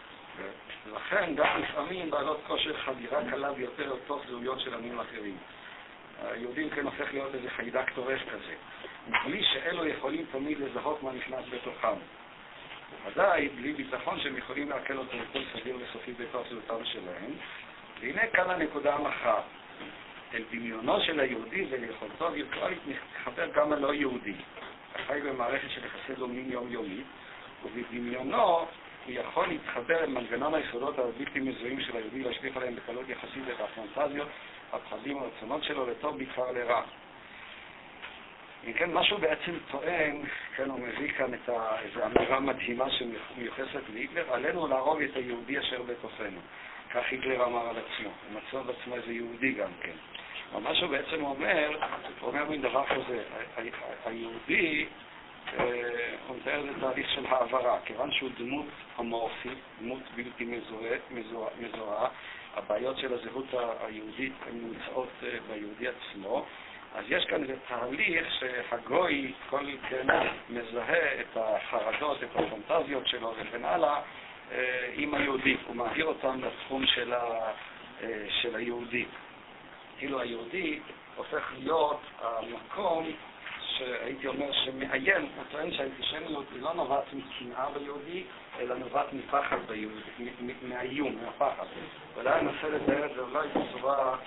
ולכן גם לפעמים בעלות כושר חדירה קלה ביותר לתוך זהויות של עמים אחרים. היהודים כן הופך להיות איזה חיידק טורף כזה, בלי שאלו יכולים תמיד לזהות מה נכנס בתוכם. ודאי, בלי ביטחון שהם יכולים להקל אותו לכל סביר וסופי בתוך זהותם שלהם. והנה כאן הנקודה המכרעת. אל דמיונו של היהודי וליכולתו הווירטואלית מתחבר גם הלא יהודי. החי במערכת של יחסי דומים יומיומית, ובדמיונו הוא יכול להתחבר אל מנגנון היסודות הבלתי מזוהים של היהודי להשליך עליהם בקלות יחסית את הפנטזיות, הפחדים והרצונות שלו לטוב בעיקר לרע. אם כן, משהו בעצם טוען, כן, הוא מביא כאן את איזו אמירה מדהימה שמיוחסת להיטלר, עלינו להרוג את היהודי אשר בתוכנו. כך היטלר אמר על עצמו, הוא מצא בעצמו איזה יהודי גם כן. אבל מה שהוא בעצם אומר, הוא אומר מן דבר כזה, היהודי, הוא מתאר את תהליך של העברה, כיוון שהוא דמות אמורפית, דמות בלתי מזוהה, הבעיות של הזהות היהודית הן נמצאות ביהודי עצמו, אז יש כאן איזה תהליך שהגוי כל כן מזהה את החרדות, את הפנטזיות שלו וכן הלאה עם היהודי, הוא מעביר אותם לתחום של היהודי. כאילו היהודי הופך להיות המקום שהייתי אומר שמעיין, הוא טוען שהאנטישמיות היא לא נובעת מקנאה ביהודי, אלא נובעת מפחד ביהודי, מהאיום, מהפחד. ואולי ננסה לתאר את זה אולי בצורה,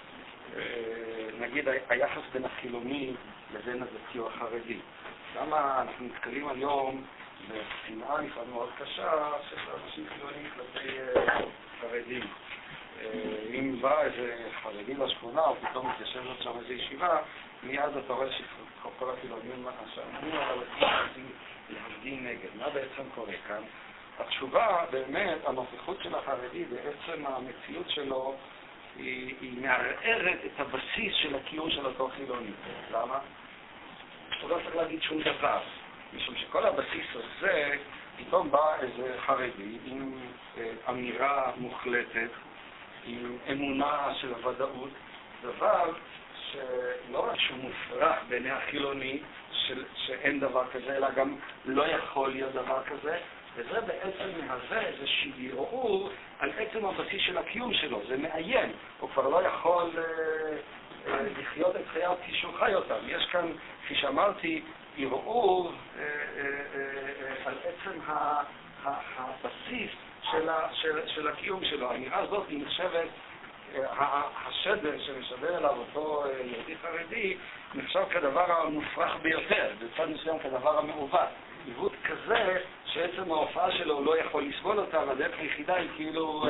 נגיד, היחס בין החילוני לבין הדתי או החרדי. למה אנחנו נתקלים היום בשנאה לפעמים מאוד קשה של אנשים חילונים כלפי חרדים. אם בא איזה חרדי לשכונה או פתאום מתיישב לו שם איזו ישיבה, מיד אתה רואה שכל החילונים השאמנים אבל רוצים להפגין נגד. מה בעצם קורה כאן? התשובה באמת, הנוכחות של החרדי בעצם המציאות שלו היא מערערת את הבסיס של הקיום של אותו חילוני. למה? הוא לא צריך להגיד שום דבר. משום שכל הבסיס הזה, פתאום בא איזה חרדי עם אמירה מוחלטת, עם אמונה של ודאות, דבר שלא רק שהוא מופרך בעיני החילוני, שאין דבר כזה, אלא גם לא יכול להיות דבר כזה, וזה בעצם מהווה איזושהי ערעור על עצם הבסיס של הקיום שלו. זה מעיין, הוא כבר לא יכול לחיות את חייו כפי שהוא חי אותם. יש כאן, כפי שאמרתי, ערעור על עצם הבסיס של הקיום שלו. האמירה הזאת היא נחשבת, השדר שמשדר אליו אותו יהודי חרדי נחשב כדבר המופרך ביותר, בצד מסוים כדבר המעוות. עיוות כזה שעצם ההופעה שלו הוא לא יכול לסבול אותה, והדרך היחידה היא כאילו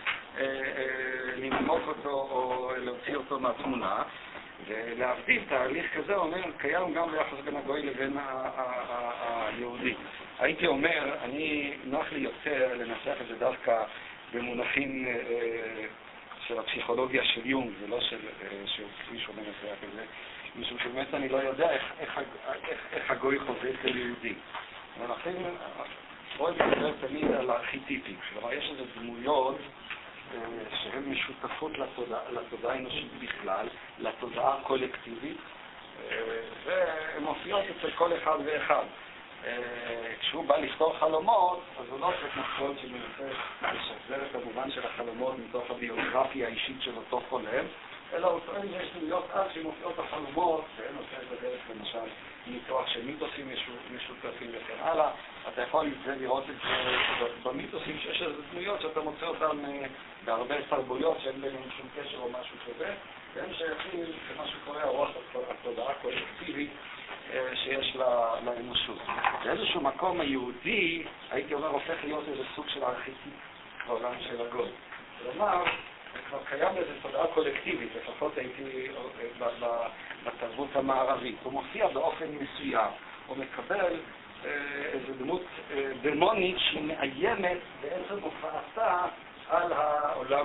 למחוק אותו או להוציא אותו מהתמונה. ולהבדיל, תהליך כזה אומר, קיים גם ביחס בין הגוי לבין היהודי. הייתי אומר, אני נוח לי יותר לנסח את זה דווקא במונחים של הפסיכולוגיה של יונג, ולא של מישהו מנסח את זה, משום שבאמת אני לא יודע איך הגוי חוזה אצל יהודי. ולכן, בואי נדבר תמיד על הארכיטיפים. כלומר, יש איזה דמויות שהן משותפות לתודעה האנושית בכלל, לתודעה הקולקטיבית, והן מופיעות אצל כל אחד ואחד. כשהוא בא לכתוב חלומות, אז הוא לא צריך מחשבות שמנסה לשחזר את המובן של החלומות מתוך הביוגרפיה האישית של אותו חולם, אלא הוא טוען שיש דמויות אז שמופיעות החלומות, שהן עושה את הדרך למשל ניתוח של מיתוסים משותפים וכן הלאה. אתה יכול לראות את זה במיתוסים שיש איזה דמויות שאתה מוצא אותן בהרבה תרבויות שאין ביניהם שום קשר או משהו כזה, והם שייכים למה שקורה הרוח התודעה הקולקטיבית שיש לאנושות. באיזשהו מקום היהודי, הייתי אומר, הופך להיות איזה סוג של ארכיטיפ בעולם של הגוי. כלומר, כבר קיים איזו תודעה קולקטיבית, לפחות הייתי בתרבות המערבית. הוא מופיע באופן מסוים, הוא מקבל איזו דמות דמונית שהיא מאיימת בעצם הופעתה על העולם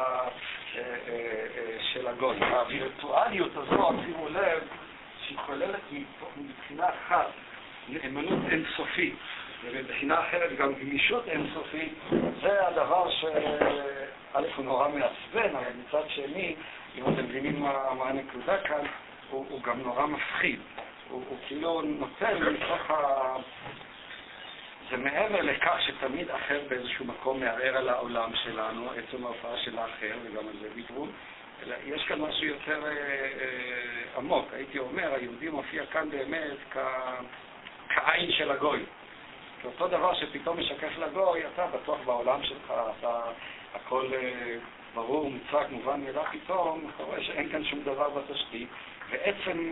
של הגוי. הווירטואליות הזאת, שימו לב, שהיא כוללת מבחינה אחת נאמנות אינסופית, ובבחינה אחרת גם גמישות אינסופית, זה הדבר שא' הוא נורא מעצבן, אבל מצד שני, אם אתם מבינים מה הנקודה כאן, הוא גם נורא מפחיד. הוא כאילו נותן מתוך זה מעבר לכך שתמיד אחר באיזשהו מקום מערער על העולם שלנו, עצם ההופעה של האחר, וגם על זה ויתרו, אלא יש כאן משהו יותר עמוק. הייתי אומר, היהודי מופיע כאן באמת כעין של הגוי. כאותו דבר שפתאום משקף לגוי, אתה בטוח בעולם שלך, אתה הכל ברור, מוצק, מובן מאליו, פתאום אתה רואה שאין כאן שום דבר בתשתית, ועצם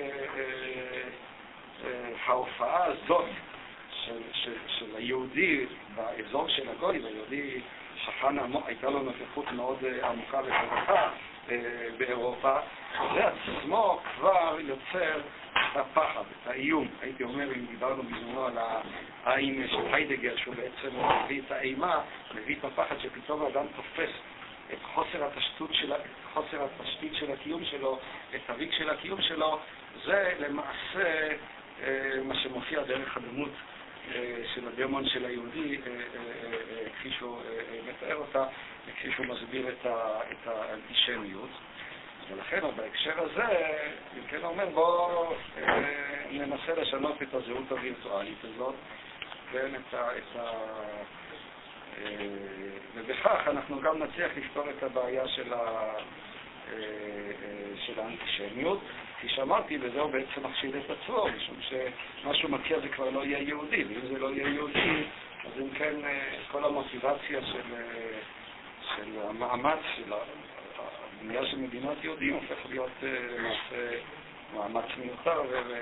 ההופעה הזאת של היהודי באזור של הגוי, והיהודי שכן עמוק, הייתה לו נוכחות מאוד עמוקה וחזקה באירופה, זה עצמו כבר יוצר את הפחד, את האיום. הייתי אומר, אם דיברנו בזמנו על העין של היידגר, שהוא בעצם מביא את האימה, מביא את הפחד שפתאום האדם תופס את חוסר התשתית של הקיום שלו, את הריק של הקיום שלו, זה למעשה מה שמופיע דרך הדמות של הדמון של היהודי, כפי שהוא מתאר אותה, וכפי שהוא מסביר את האנטישמיות. ולכן, בהקשר הזה, אם כן אומר, בואו ננסה לשנות את הזהות הווירטואלית הזאת, ובכך אנחנו גם נצליח לפתור את הבעיה של האנטישמיות. כפי שאמרתי, וזהו בעצם מכשיל את עצמו, משום שמשהו מציע זה כבר לא יהיה יהודי, ואם זה לא יהיה יהודי, אז אם כן, כל המוטיבציה של המאמץ של הבנייה של מדינת יהודים הופך להיות למעשה מאמץ מיותר,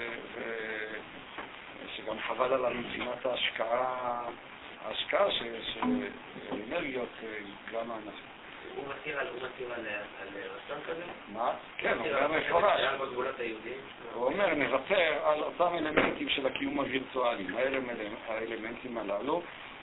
שגם חבל עליו מבחינת ההשקעה של אנרגיות גם האנשים. הוא מכיר על רצון כזה? מה? כן, הוא אומר מפורש. הוא אומר, נוותר על אותם אלמנטים של הקיום הווירטואלי, האלמנטים הללו.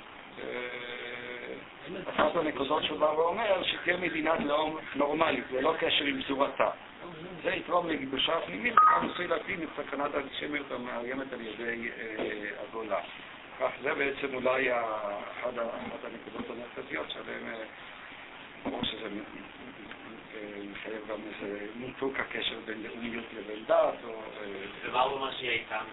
אחת הנקודות שהוא בא ואומר, שתהיה מדינת לאום נורמלית, ללא קשר עם צורתה. זה יתרום לגיבושה הפנימית, וגם עשוי להקטין את סכנת האנטישמיות המאיימת על ידי הגולה. כך זה בעצם אולי אחת הנקודות המרכזיות שעליהן ברור שזה מחייב גם איזה ניתוק הקשר בין לאומיות לבין דת, או... ומה הוא אומר שיהיה איתם?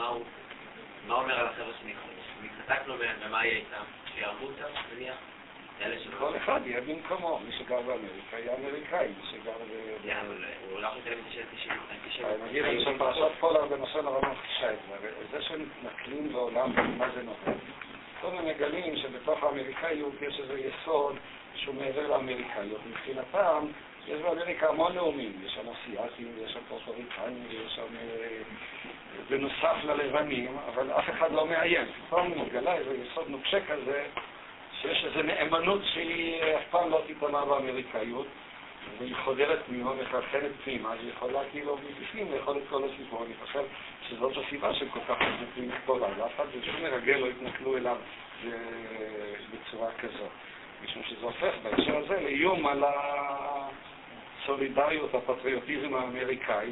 מה אומר על החבר'ה שנתחתק לו בהם, ומה יהיה איתם? שיערבו אותם, נניח? כל אחד יהיה במקומו, מי שגר באמריקה יהיה אמריקאי, מי שגר הוא לא חושב אנטישמי. אני אגיד לך שפרשת פולארד בנושא הרמב"ם חישה את זה שמתנכלים בעולם מה זה נותן. כל מגלים שבתוך האמריקאיות יש איזה יסוד שהוא מעבר לאמריקאיות. מבחינתם יש באמריקה המון לאומים, יש שם אסיאטים, יש שם פורטוריקנים, יש שם בנוסף ללבנים, אבל אף אחד לא מאיים. פתאום מגלה איזה יסוד נוקשה כזה, שיש איזו נאמנות שהיא אף פעם לא תיתנה באמריקאיות, והיא חודרת פנימה וחלחלת פנימה, אז היא יכולה כאילו בפנים לאכול את כל הסיפור. אני חושב שזאת הסיבה שהם כל כך חזקים לפולארד. אף אחד בשום מרגל לא התנכלו אליו בצורה כזאת. משום שזה הופך בהקשר הזה לאיום על הסולידריות, הפטריוטיזם האמריקאי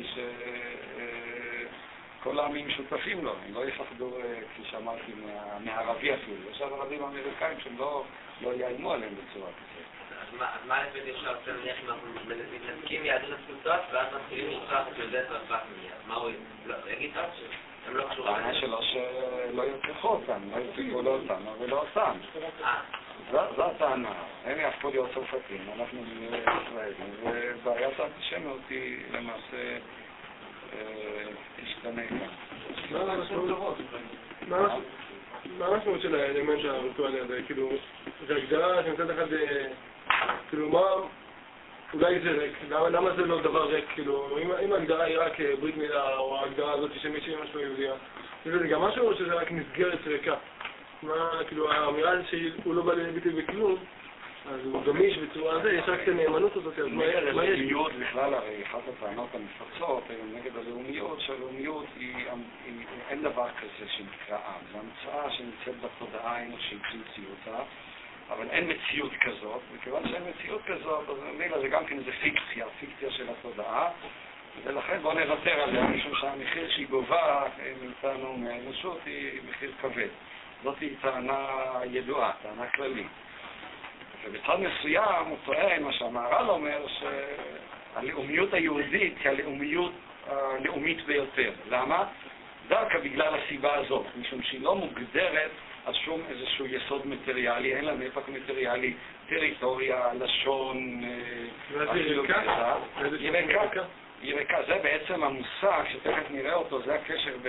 שכל העמים שותפים לו. הם לא יפחדו, כפי שאמרתי, מהערבי אפילו. יש ערבים אמריקאים שהם לא יאיימו עליהם בצורה כזאת. אז מה לפני אפשר לעשות נניח אם אנחנו מתנתקים מיהדות התפוצות ואז מתחילים לרצוח את יהודי צרפת מיד? מה הוא יגיד טוב שהם לא קשורים? הטענה שלו שלא ירצחו אותם, לא ירצחו לא אותנו ולא אותם. זו הטענה. הם יהפכו להיות צרפתים, אנחנו נהיה ישראלים, ובעיית האנטישמיות היא למעשה תשתנה כאן. מה המשמעות של האלמנט הריטואלי הזה? כאילו, זה הגדרה שמצד אחד, כאילו, מה, אולי זה ריק, למה זה לא דבר ריק? כאילו, אם ההגדרה היא רק ברית מילה, או ההגדרה הזאת שמישהי משהו יהודיה, זה גם משהו או שזה רק מסגרת ריקה? מה, כאילו, האמירה שהוא לא בא לביטוי בכלום, אז הוא גמיש בצורה הזה, יש רק את הנאמנות הזאת, אז מה יש? נגד הלאומיות בכלל, הרי אחת הטענות הנפוצות, נגד הלאומיות, שהלאומיות אין דבר כזה שנקרא עם. זו המצאה שנמצאת בתודעה האנושית שהמציאו אותה, אבל אין מציאות כזאת, וכיוון שאין מציאות כזאת, אז נראה זה גם כן איזה פיקציה של התודעה, ולכן בואו נוותר עליה, משום שהמחיר שהיא גובה מאיתנו מהאנושות היא מחיר כבד. זאת היא טענה ידועה, טענה כללית. ובצד מסוים הוא טוען, מה שהמהר"ל אומר, שהלאומיות היהודית היא הלאומיות הלאומית ביותר. למה? דווקא בגלל הסיבה הזאת, משום שהיא לא מוגדרת על שום איזשהו יסוד מטריאלי, אין לה נפח מטריאלי, טריטוריה, לשון, אפילו גזע. היא ריקה. זה בעצם המושג שתכף נראה אותו, זה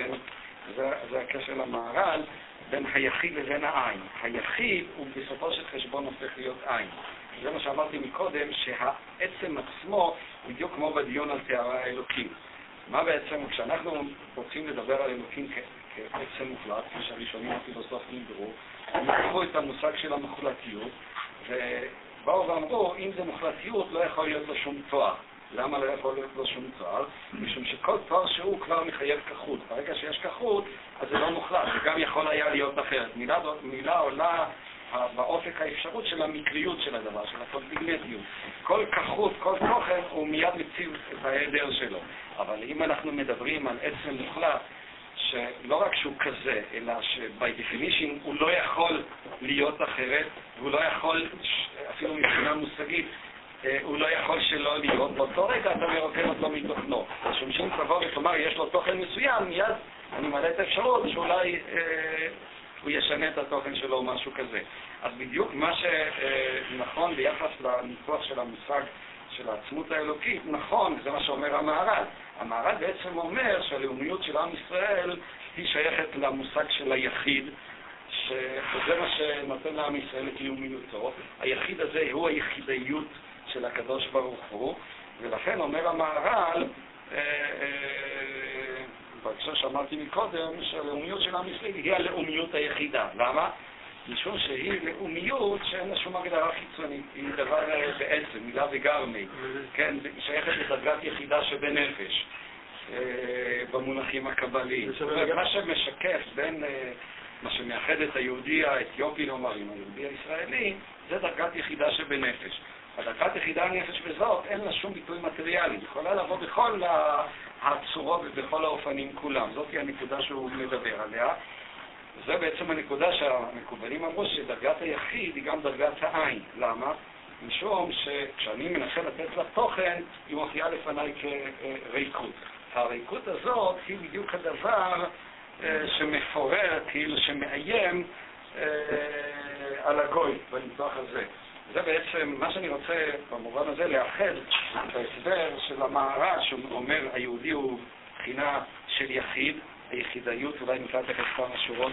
הקשר למהר"ל, בין היחיד לבין העין. היחיד הוא בסופו של חשבון הופך להיות עין. זה מה שאמרתי מקודם, שהעצם עצמו הוא בדיוק כמו בדיון על תארי האלוקים. מה בעצם, כשאנחנו רוצים לדבר על אלוקים כעצם מוחלט, כפי שהראשונים הפילוסופים דיברו, הם לקחו את המושג של המוחלטיות, ובאו ואמרו, אם זה מוחלטיות, לא יכול להיות לו שום תואר. למה לא יכול להיות לו שום תואר? משום שכל תואר שהוא כבר מחייב כחות. ברגע שיש כחות, אז זה לא מוחלט, זה גם יכול היה להיות אחרת. מילה עולה באופק האפשרות של המקריות של הדבר, של הקונטיגנטיות. כל כחות, כל תוכן, הוא מיד מציב את ההיעדר שלו. אבל אם אנחנו מדברים על עצם מוחלט, שלא רק שהוא כזה, אלא ש-by definition הוא לא יכול להיות אחרת, והוא לא יכול, אפילו מבחינה מושגית, הוא לא יכול שלא להיות. באותו רגע אתה מרוקן אותו מתוכנו. משום שאם תבוא ותאמר, יש לו תוכן מסוים, מיד אני מעלה את האפשרות שאולי הוא ישנה את התוכן שלו או משהו כזה. אז בדיוק מה שנכון ביחס לניתוח של המושג של העצמות האלוקית, נכון, זה מה שאומר המהר"ל. המהר"ל בעצם אומר שהלאומיות של עם ישראל היא שייכת למושג של היחיד, שזה מה שנותן לעם ישראל את לאומיותו. היחיד הזה הוא היחידיות של הקדוש ברוך הוא, ולכן אומר המהר"ל, בהקשר שאמרתי מקודם, שהלאומיות של עם ישראל היא הלאומיות היחידה. למה? משום שהיא לאומיות שאין לה שום הגדרה חיצונית, היא דבר בעצם, מילה וגרמי, כן, היא שייכת לדרגת יחידה שבנפש, במונחים הקבליים. מה שמשקף בין מה שמייחד את היהודי האתיופי, נאמר, עם היהודי הישראלי, זה דרגת יחידה שבנפש. הדרגת יחידה הנפש בזאת אין לה שום ביטוי מטריאלי, היא יכולה לבוא בכל הצורות ובכל האופנים כולם. זאת היא הנקודה שהוא מדבר עליה. זה בעצם הנקודה שהמקובלים אמרו שדרגת היחיד היא גם דרגת העין. למה? משום שכשאני מנסה לתת לה תוכן, היא מופיעה לפניי כריקות. הריקות הזאת היא בדיוק הדבר שמפורר, כאילו שמאיים על הגוי בניתוח הזה. זה בעצם מה שאני רוצה במובן הזה לאחד את ההסבר של המהר"ל שאומר היהודי הוא בחינה של יחיד, היחידיות, אולי נקרא תכף כמה שורות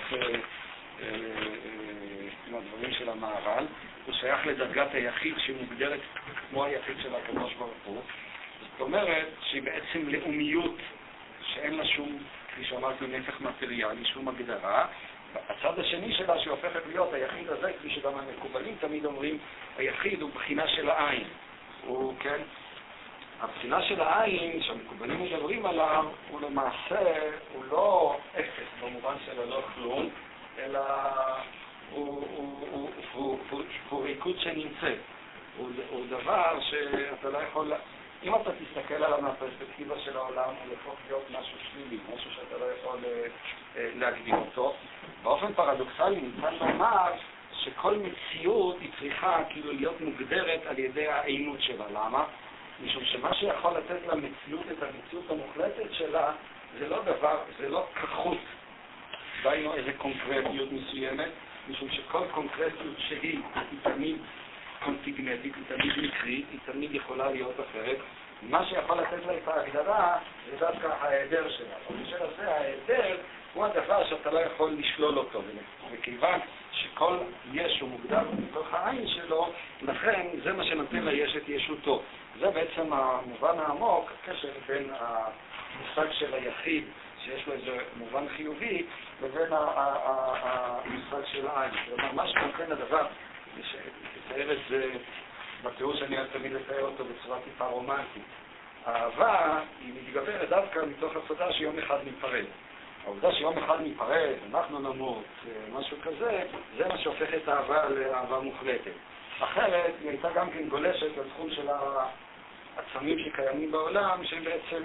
עם הדברים של המהר"ל, הוא שייך לדרגת היחיד שמוגדרת כמו היחיד של הקדוש ברוך הוא. זאת אומרת שהיא בעצם לאומיות שאין לה שום, כפי שאמרתי, נפח מטריאלי, שום הגדרה. הצד השני שלה שהופכת להיות היחיד הזה, כפי שגם המקובלים תמיד אומרים, היחיד הוא בחינה של העין. הוא, כן, הבחינה של העין שהמקובלים מדברים עליו הוא למעשה, הוא לא אפס במובן של לא כלום, אלא הוא ריקוד שנמצא. הוא דבר שאתה לא יכול, אם אתה תסתכל עליו מהפרספקטיבה של העולם, הוא יכול להיות משהו שלילי, משהו שאתה לא יכול להגדיר אותו. באופן פרדוקסלי ניתן לומר שכל מציאות היא צריכה כאילו להיות מוגדרת על ידי העינות שלה. למה? משום שמה שיכול לתת למציאות את המציאות המוחלטת שלה זה לא דבר, זה לא כחות. דיינו איזה קונקרטיות מסוימת, משום שכל קונקרטיות שהיא היא תמיד קונטיגנטית, היא תמיד מקרית, היא תמיד יכולה להיות אחרת. מה שיכול לתת לה את ההגדרה זה דווקא ההיעדר שלה. ובשביל הזה ההיעדר הוא הדבר שאתה לא יכול לשלול אותו. וכיוון שכל יש הוא מוגדר מתוך העין שלו, לכן זה מה שנותן ליש את ישותו. זה בעצם המובן העמוק, הקשר בין המושג של היחיד, שיש לו איזה מובן חיובי, לבין המושג של העין. כלומר, מה שכן הדבר, שתתאר את זה בתיאור שאני אוהב תמיד לתאר אותו בצורה טיפה רומנטית. האהבה היא מתגברת דווקא מתוך הסודה שיום אחד ניפרד. העובדה שיום אחד ניפרד, אנחנו נמות, משהו כזה, זה מה שהופך את האהבה לאהבה מוחלטת. אחרת, היא הייתה גם כן גולשת לתחום של העצמים שקיימים בעולם, שהם בעצם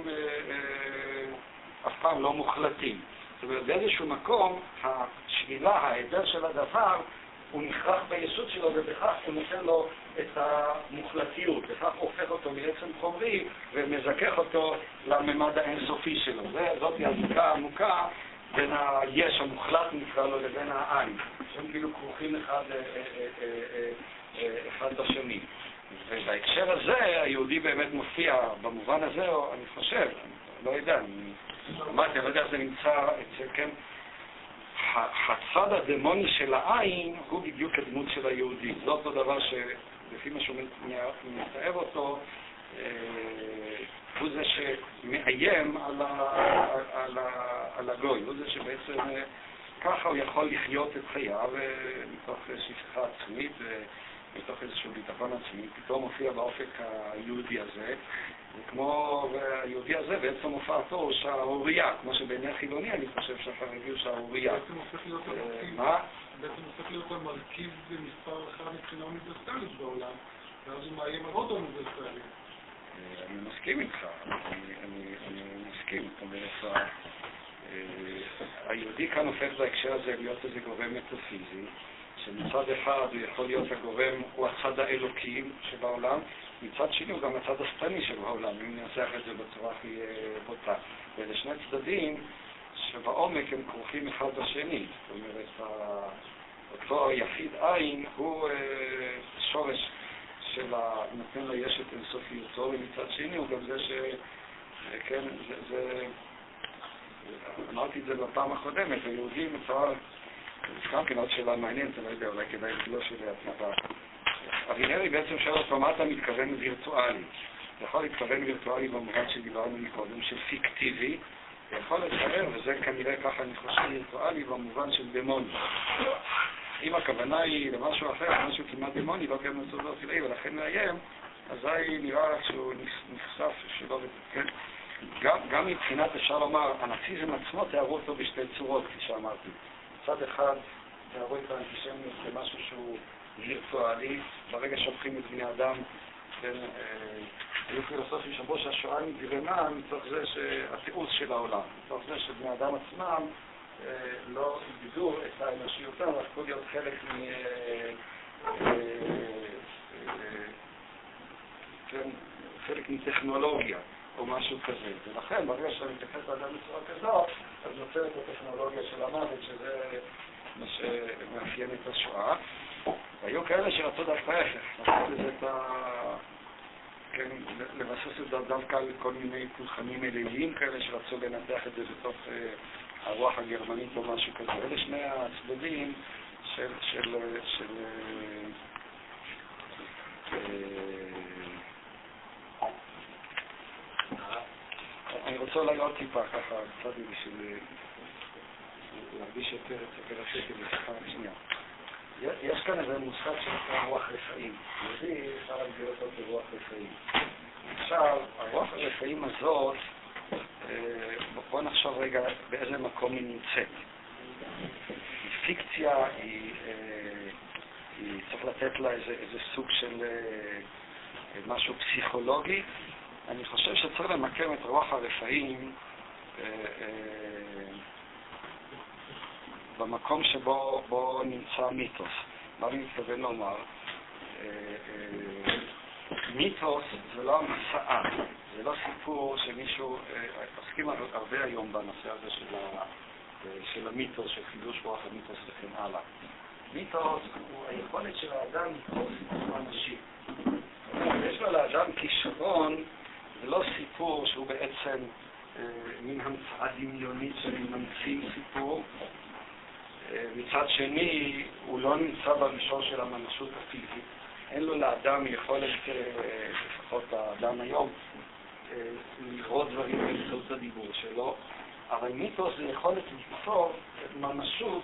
אף פעם לא מוחלטים. זאת אומרת, באיזשהו מקום, השלילה, ההיעדר של הדבר, הוא נכרח ביסוד שלו, ובכך הוא נותן לו את המוחלטיות, בכך הוא הופך אותו מעצם חומרי ומזכך אותו לממד האינסופי שלו. זאת היא הזיקה העמוקה בין היש המוחלט נקרא לו לבין העין, שהם כאילו כרוכים אחד בשני. ובהקשר הזה היהודי באמת מופיע במובן הזה, אני חושב, לא יודע, אמרתי, אני לא יודע איך זה נמצא אצל, כן, הצד הדמוני של העין הוא בדיוק הדמות של היהודי. זה אותו דבר שלפי מה שהוא מתאר אותו, הוא זה שמאיים על הגוי, הוא זה שבעצם ככה הוא יכול לחיות את חייו מתוך שפחה עצמית ומתוך איזשהו ביטחון עצמי. פתאום מופיע באופק היהודי הזה, וכמו היהודי הזה בעצם הופעתו הוא שערוריה, כמו שבעיני חילוני אני חושב שהחרדי הוא שערוריה. בעצם הופך להיות המרכיב, בעצם הופך להיות המרכיב במספר אחד מבחינה אוניברסלית בעולם, ואז הוא מאיים על עוד אוניברסלית. אני מסכים איתך, אני מסכים. זאת אומרת, היהודי כאן הופך בהקשר הזה להיות איזה גורם מטאפיזי, שמצד אחד הוא יכול להיות הגורם, הוא הצד האלוקי שבעולם, מצד שני הוא גם הצד השטני שבעולם, אם ננסח את זה בצורה הכי בוטה. ואלה שני צדדים שבעומק הם כרוכים אחד בשני. זאת אומרת, אותו יחיד עין הוא שורש של נותן לו יש את אינסופיותו, ומצד שני הוא גם זה כן, זה אמרתי את זה בפעם הקודמת, היהודים מצוואר, גם כן עוד שאלה מעניינת, אני לא יודע, אולי כדאי לגלוש אליה טיפה. אבינרי בעצם שואל אותו, מה אתה מתכוון וירטואלי? אתה יכול להתכוון וירטואלי במובן שדיברנו מקודם, של פיקטיבי, יכול לתאר, וזה כנראה ככה אני חושב וירטואלי במובן של דמוני. אם הכוונה היא למשהו אחר, משהו כמעט דמוני, לא כאן מסודות אלאי, ולכן מאיים, אזי נראה שהוא נחשף שלא כן. גם מבחינת אפשר לומר, הנאציזם עצמו תיארו אותו בשתי צורות, כפי שאמרתי. מצד אחד, תיארו את האנטישמיות כמשהו שהוא וירטואלי, ברגע שהופכים את בני אדם, היו פילוסופים שבו שהשואה נגרמה מתוך זה שהתיעוש של העולם, מתוך זה שבני אדם עצמם לא איבדו את האנושיותם, והפכו להיות חלק חלק מטכנולוגיה או משהו כזה. ולכן, ברגע שאתה מתייחס לאדם בצורה כזאת, אז נוצרת הטכנולוגיה של המוות, שזה מה שמאפיין את השואה. כאלה שרצו דווקא ההפך, לעשות לזה את ה... כן, לבסס את זה דווקא על כל מיני פולחנים אליליים כאלה שרצו לנתח את זה בתוך הרוח הגרמנית או משהו כזה. אלה שני הצדדים של אני רוצה אולי עוד טיפה ככה, קצת בשביל להרגיש יותר את השקל לשיחה שנייה. יש כאן איזה מושג שנקרא רוח רפאים. יהודי אפשר להגדיר אותו כרוח רפאים. עכשיו, הרוח הרפאים הזאת, בואו נחשוב רגע באיזה מקום היא נמצאת. היא פיקציה, היא צריך לתת לה איזה סוג של משהו פסיכולוגי. אני חושב שצריך למקם את רוח הרפאים במקום שבו נמצא מיתוס. מה אני מתכוון לומר? מיתוס זה לא המסעה, זה לא סיפור שמישהו, עוסקים הרבה היום בנושא הזה של המיתוס, של חידוש רוח המיתוס וכן הלאה. מיתוס הוא היכולת של האדם לקרוא סיפור אנושי. יש לו לאדם כישרון, זה לא סיפור שהוא בעצם מין המצאה דמיונית שממציאים סיפור. מצד שני, הוא לא נמצא במישור של הממשות הפיזית. אין לו לאדם יכולת, לפחות האדם היום, לראות דברים באמצעות הדיבור שלו, אבל מיתוס זה יכולת ליצור ממשות,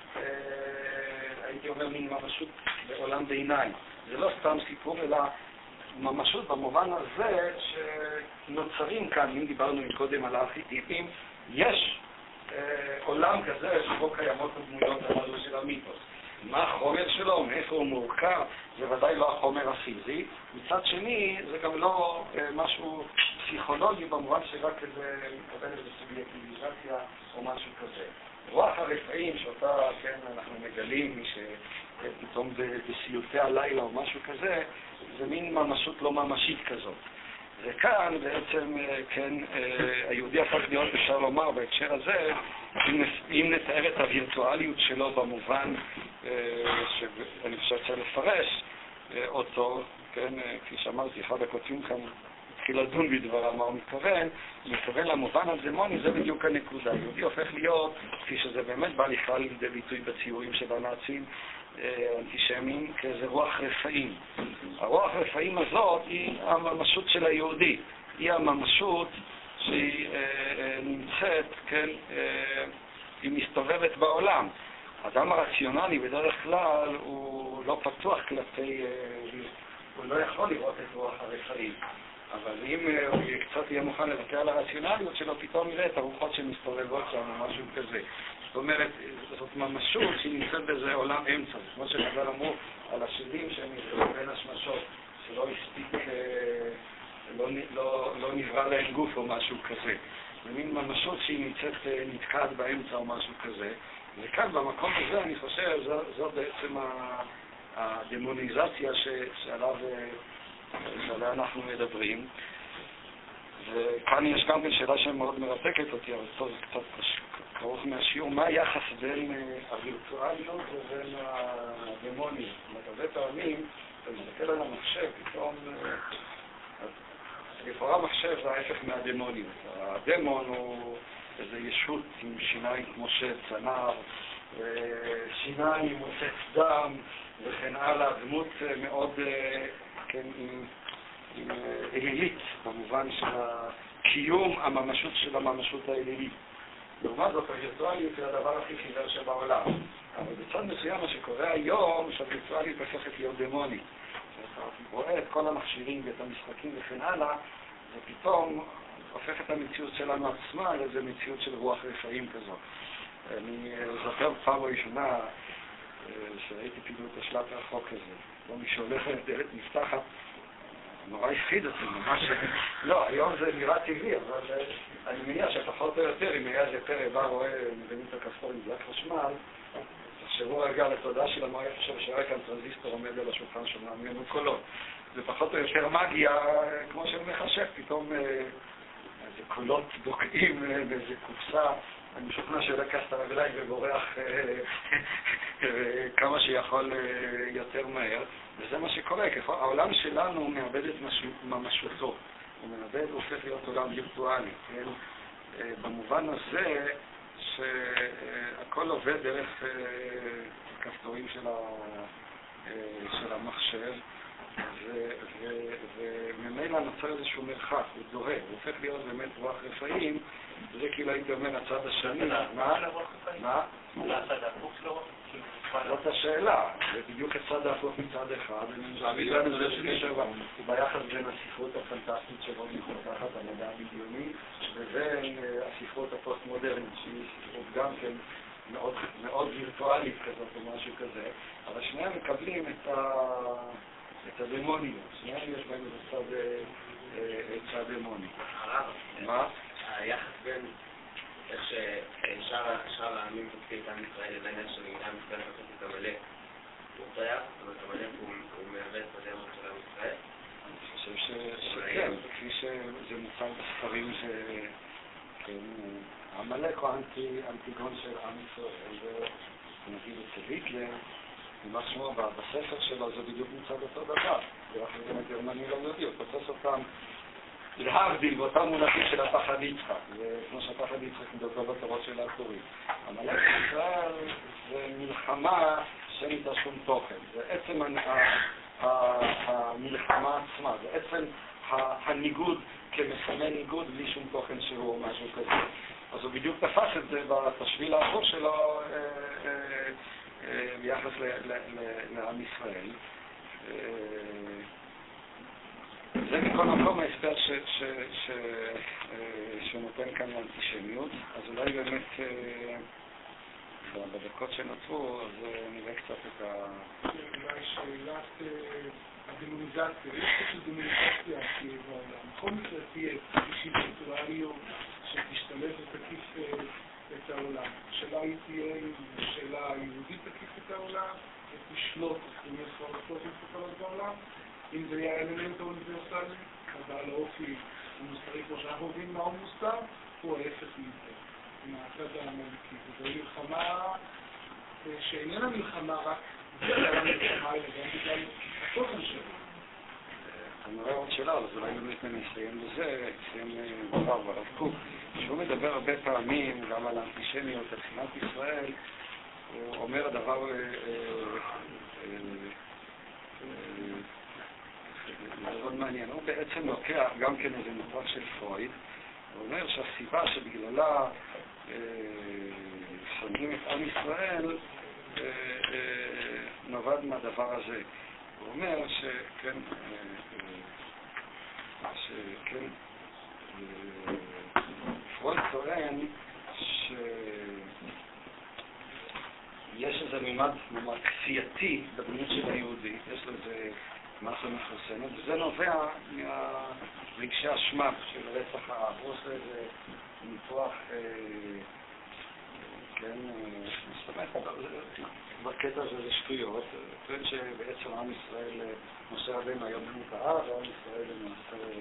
הייתי אומר מין ממשות בעולם ביניים. זה לא סתם סיפור, אלא ממשות במובן הזה שנוצרים כאן, אם דיברנו קודם על הארכיטיפים, יש עולם כזה שבו קיימות הדמויות הללו של המיתוס. מה החומר שלו, מאיפה הוא מורכב, זה ודאי לא החומר הפיזי. מצד שני, זה גם לא משהו פסיכולוגי במובן שרק כזה מקבל איזו סובייקטיביזציה או משהו כזה. רוח הרפאים שאותה, כן, אנחנו מגלים שפתאום בסיוטי הלילה או משהו כזה, זה מין ממשות לא ממשית כזאת. וכאן בעצם, כן, היהודי הפך להיות, אפשר לומר, בהקשר הזה, אם נתאר את הווירטואליות שלו במובן שאני חושב שצריך לפרש אותו, כן, כפי שאמרתי, אחד הכותבים כאן התחיל לדון בדברה מה הוא מתכוון למובן הדמוני, זה בדיוק הנקודה. היהודי הופך להיות, כפי שזה באמת בא לכלל לידי ביטוי בציורים של הנאצים, אנטישמים, כאיזה רוח רפאים. הרוח רפאים הזאת היא הממשות של היהודי. היא הממשות שהיא נמצאת, כן, היא מסתובבת בעולם. האדם הרציונלי בדרך כלל הוא לא פתוח כלפי, הוא לא יכול לראות את רוח הרפאים. אבל אם הוא קצת יהיה מוכן לוותר על הרציונליות שלו, פתאום יראה את הרוחות שמסתובבות שם או משהו כזה. זאת אומרת, זאת ממשות שהיא נמצאת באיזה עולם אמצע. כמו שחז"ל אמרו על השדים שהם נמצאים בין השמשות, שלא הספיק, לא נברא להם גוף או משהו כזה. זה מין ממשות שהיא נתקעת באמצע או משהו כזה. וכאן במקום הזה אני חושב, זו בעצם הדמוניזציה שעליה אנחנו מדברים. וכאן יש גם כן שאלה שמאוד מרתקת אותי, אבל טוב, זה קצת כרוך מהשיעור. מה היחס בין הווירטואליות ובין הדמוניות? הרבה פעמים, אתה מסתכל על המחשב, פתאום, לכאורה מחשב זה ההפך מהדמוניות. הדמון הוא איזו ישות עם שיניים כמו שצנר, שיניים, מוצץ דם וכן הלאה, דמות מאוד, כן, עם אלילית, במובן של הקיום, הממשות של הממשות האלילית. לעומת זאת, הווירטואליות היא הדבר הכי חיוור שבעולם. אבל בצד מסוים מה שקורה היום, שהווירטואליות הופכת להיות דמונית. אתה רואה את כל המכשירים ואת המשחקים וכן הלאה, ופתאום הופך את המציאות שלנו עצמה לאיזו מציאות של רוח רפאים כזאת. אני זוכר פעם ראשונה שראיתי פעילות השלט רחוק כזה. לא מי שהולך לדלת נפתחת, נורא הפחיד אותי, ממש... לא, היום זה נראה טבעי, אבל אני מניח שפחות או יותר, אם היה איזה פרא בא רואה מבינים את הכפתור עם דלק חשמל, תחשבו רגע על התודעה של מה היה חושב שהיה כאן טרנזיסטור עומד על השולחן שומע ממנו קולות. זה פחות או יותר מגיה, כמו שאני מחשב, פתאום איזה קולות דוקאים באיזה קופסה. אני משוכנע שלקח את הרגליים ובורח כמה שיכול יותר מהר, וזה מה שקורה. העולם שלנו מאבד את ממשותו, הוא הופך להיות עולם וירטואלי, כן? במובן הזה שהכל עובד דרך כפתורים של המחשב, וממילא נוצר איזשהו מרחק, הוא דוהה, הוא הופך להיות באמת רוח רפאים, וזה כאילו הייתי אומר הצד השני. מה? זאת השאלה, זה בדיוק הצד ההפוך מצד אחד, ביחס בין הספרות הפנטסטית שבו מתפתחת המדע הבדיוני, ובין הספרות הפוסט-מודרנית, שהיא ספרות גם כן מאוד וירטואלית כזאת או משהו כזה, אבל שניהם מקבלים את הדמוניות, שניהם יש בהם את צד דמוני. מה? היחס בין איך ששאר העמים תוקפים את עם ישראל לבין איך שעם ישראל תוקף את עמלק, הוא אותו יחס, אבל עמלק הוא מהווה את הדמות של עם ישראל? אני חושב שכן, כפי שזה מוצג בספרים עמלק הוא אנטיגון של עם ישראל, ונגיד אצל היטלר, מה שמו בספר שלו זה בדיוק מוצג אותו דבר, ואחרי זה הגרמני לא יודעים, הוא תופס אותם להבדיל באותם מונחים של הפחד יצחק, וכמו שהפחד יצחק מדבר בתורות של האתורים. עמלק ישראל זה מלחמה שאין איתה שום תוכן, זה עצם המלחמה עצמה, זה עצם הניגוד כמסמל ניגוד בלי שום תוכן שהוא או משהו כזה. אז הוא בדיוק תפס את זה בתשביל האחור שלו ביחס לעם ישראל. זה מכל מקום ההסבר שנותן כאן לאנטישמיות, אז אולי באמת בדקות שנוצרו, אז נראה קצת את אולי שאלת הדמוניזציה, יש קצת דמוניזציה בעולם. בכל מקרה תהיה איזושהי וירטואליות שתשתלב ותקיף את העולם. השאלה היא תהיה אם שאלה יהודית תקיף את העולם, תשלוט במרכאות ומפותלות בעולם, אם זה יהיה האלמנט האוניברסלי, אבל האופי המוסרי כמו שאנחנו יודעים מהו מוסר, הוא ההפך מזה, מהצד העמלקי. וזו מלחמה שאיננה מלחמה רק בגלל המלחמה, אלא גם בגלל התוכן שלו. אני רואה עוד שאלה, אז אולי באמת נסיים בזה, נסיים דבר ברב קוק. כשהוא מדבר הרבה פעמים גם על האנטישמיות, על שנאת ישראל, הוא אומר דבר מאוד מעניין. הוא בעצם לוקח גם כן איזה מוטרח של פרויד, הוא אומר שהסיבה שבגללה שונאים את עם ישראל נובעת מהדבר הזה. הוא אומר שכן, פרויד טוען שיש איזה מימד כפייתי בדמות של היהודי, יש לו איזה מסה מפורסמת, וזה נובע מהרגשי אשמה של רצח העם. הוא עושה איזה ניתוח, כן, מסתמך בקטע הזה זה שטויות, טוען שבעצם עם ישראל, משה רבנו היה דמות האב, ועם ישראל למעשה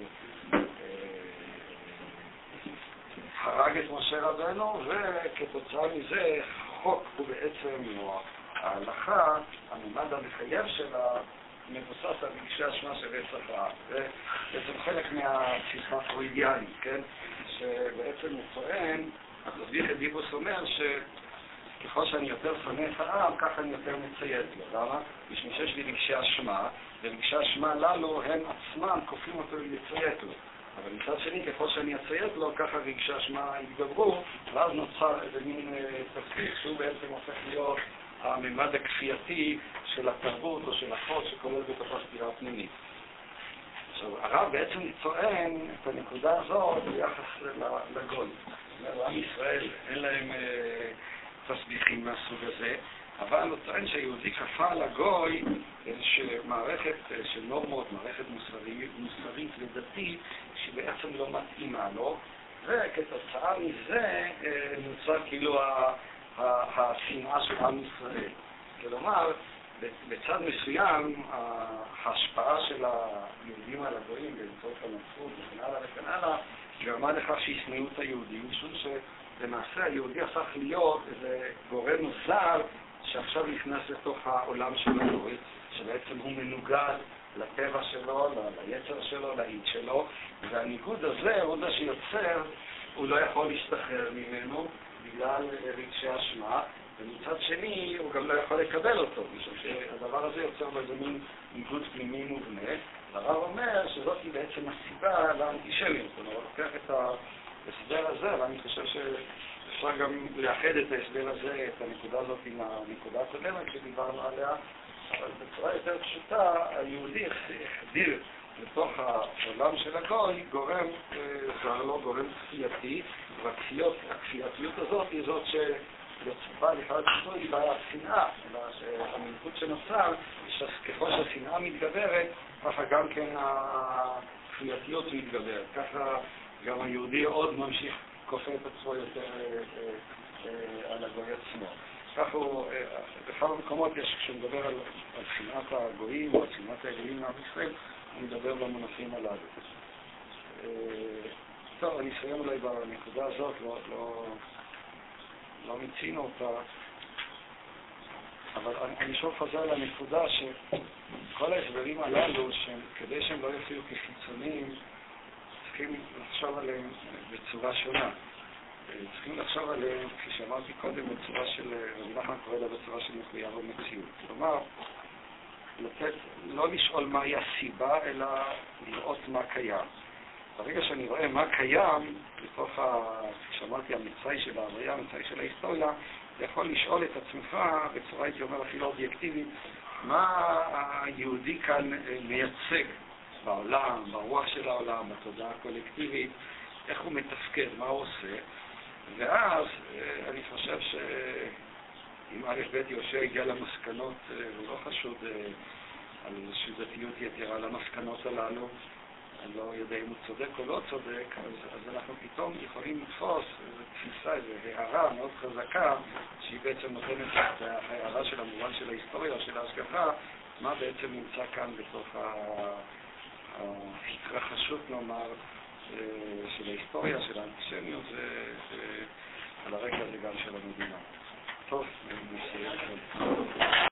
הרג את משה רבנו, וכתוצאה מזה חוק הוא בעצם, או ההלכה, הממד המחייב שלה, מבוסס על רגשי אשמה של רצח העם. זה בעצם חלק מהתפיסה הפרוידיאנית, כן? שבעצם הוא טוען, אז דיבוס אומר שככל שאני יותר שונא את העם, ככה אני יותר מציית לו. למה? משום שיש לי רגשי אשמה, ורגשי אשמה הללו הם עצמם כופים אותו לציית לו. אבל מצד שני, ככל שאני אציית לו, ככה רגשי אשמה יתגברו, ואז נוצר איזה מין תפקיד שהוא בעצם הופך להיות הממד הכפייתי של התרבות או של החוק שכולל בתוך הסתירה הפנימית. עכשיו, הרב בעצם טוען את הנקודה הזאת ביחס לגוי. עם ישראל אין להם תסביכים מהסוג הזה, אבל הוא טוען שהיהודי כפה על הגוי איזושהי מערכת של נורמות, מערכת מוסרית ודתית שבעצם לא מתאימה לו, וכתוצאה מזה נוצר כאילו השנאה של עם ישראל. כלומר, בצד מסוים ההשפעה של היהודים על הגויים באמצעות הנצרות וכן הלאה וכן הלאה, גרמה לכך שישנאו את היהודים, משום שלמעשה היהודי הפך להיות איזה גורם זר שעכשיו נכנס לתוך העולם של הגוי, שבעצם הוא מנוגד לטבע שלו, ליצר שלו, לאיד שלו, והניגוד הזה הוא זה שיוצר, הוא לא יכול להשתחרר ממנו בגלל רגשי אשמה, ומצד שני הוא גם לא יכול לקבל אותו, משום שהדבר הזה יוצר באיזה מין ניגוד פנימי מובנה. הרב אומר שזאת היא בעצם הסיבה לאנטישמיות, זאת אומרת, לוקח את ההסבר הזה, ואני חושב שאפשר גם לאחד את ההסבר הזה, את הנקודה הזאת עם הנקודה הקודמת שדיברנו עליה, אבל בצורה יותר פשוטה, היהודי החדיר לתוך העולם של הגוי גורם זר לו, גורם כפייתי, והכפייתיות הזאת היא זאת שיוצבה לכלל ציבורי בשנאה, אלא שהמלכות שנוצר, ככל שהשנאה מתגברת, ככה גם כן הכפייתיות מתגברת, ככה גם היהודי עוד ממשיך כופה את עצמו יותר על הגוי עצמו. כך הוא, בכמה מקומות יש, כשהוא מדבר על שנאת הגויים או על שנאת האלוהים מעם ישראל, הוא מדבר במונחים הללו. טוב, אני אסיים אולי בנקודה הזאת, לא מצינו אותה, אבל אני שוב חוזר לנקודה שכל ההסברים הללו, כדי שהם לא יופיעו כחיצוניים, צריכים לחשוב עליהם בצורה שונה. צריכים לחשוב עליהם, כפי שאמרתי קודם, בצורה של, רבי נחמן קורא לה בצורה של מחויב המציאות. כלומר, לא לשאול מהי הסיבה, אלא לראות מה קיים. ברגע שאני רואה מה קיים, בתוך, כפי שאמרתי, המצאי של ההוויה, המצאי של ההיסטוריה, אתה יכול לשאול את עצמך, בצורה הייתי אומר אפילו אובייקטיבית, מה היהודי כאן מייצג בעולם, ברוח של העולם, בתודעה הקולקטיבית, איך הוא מתפקד, מה הוא עושה. ואז אני חושב שאם א' ב' יהושע הגיע למסקנות, הוא לא חשוד על שיטתיות יתרה למסקנות הללו, אני לא יודע אם הוא צודק או לא צודק, אז אנחנו פתאום יכולים לתפוס איזו תפיסה, איזו הערה מאוד חזקה, שהיא בעצם נותנת את ההערה של המובן של ההיסטוריה או של ההשגחה, מה בעצם נמצא כאן בתוך ההתרחשות, נאמר, של ההיסטוריה, של האנטישמיות, ועל הרקע הזה גם של המדינה. טוב, נסיים כאן.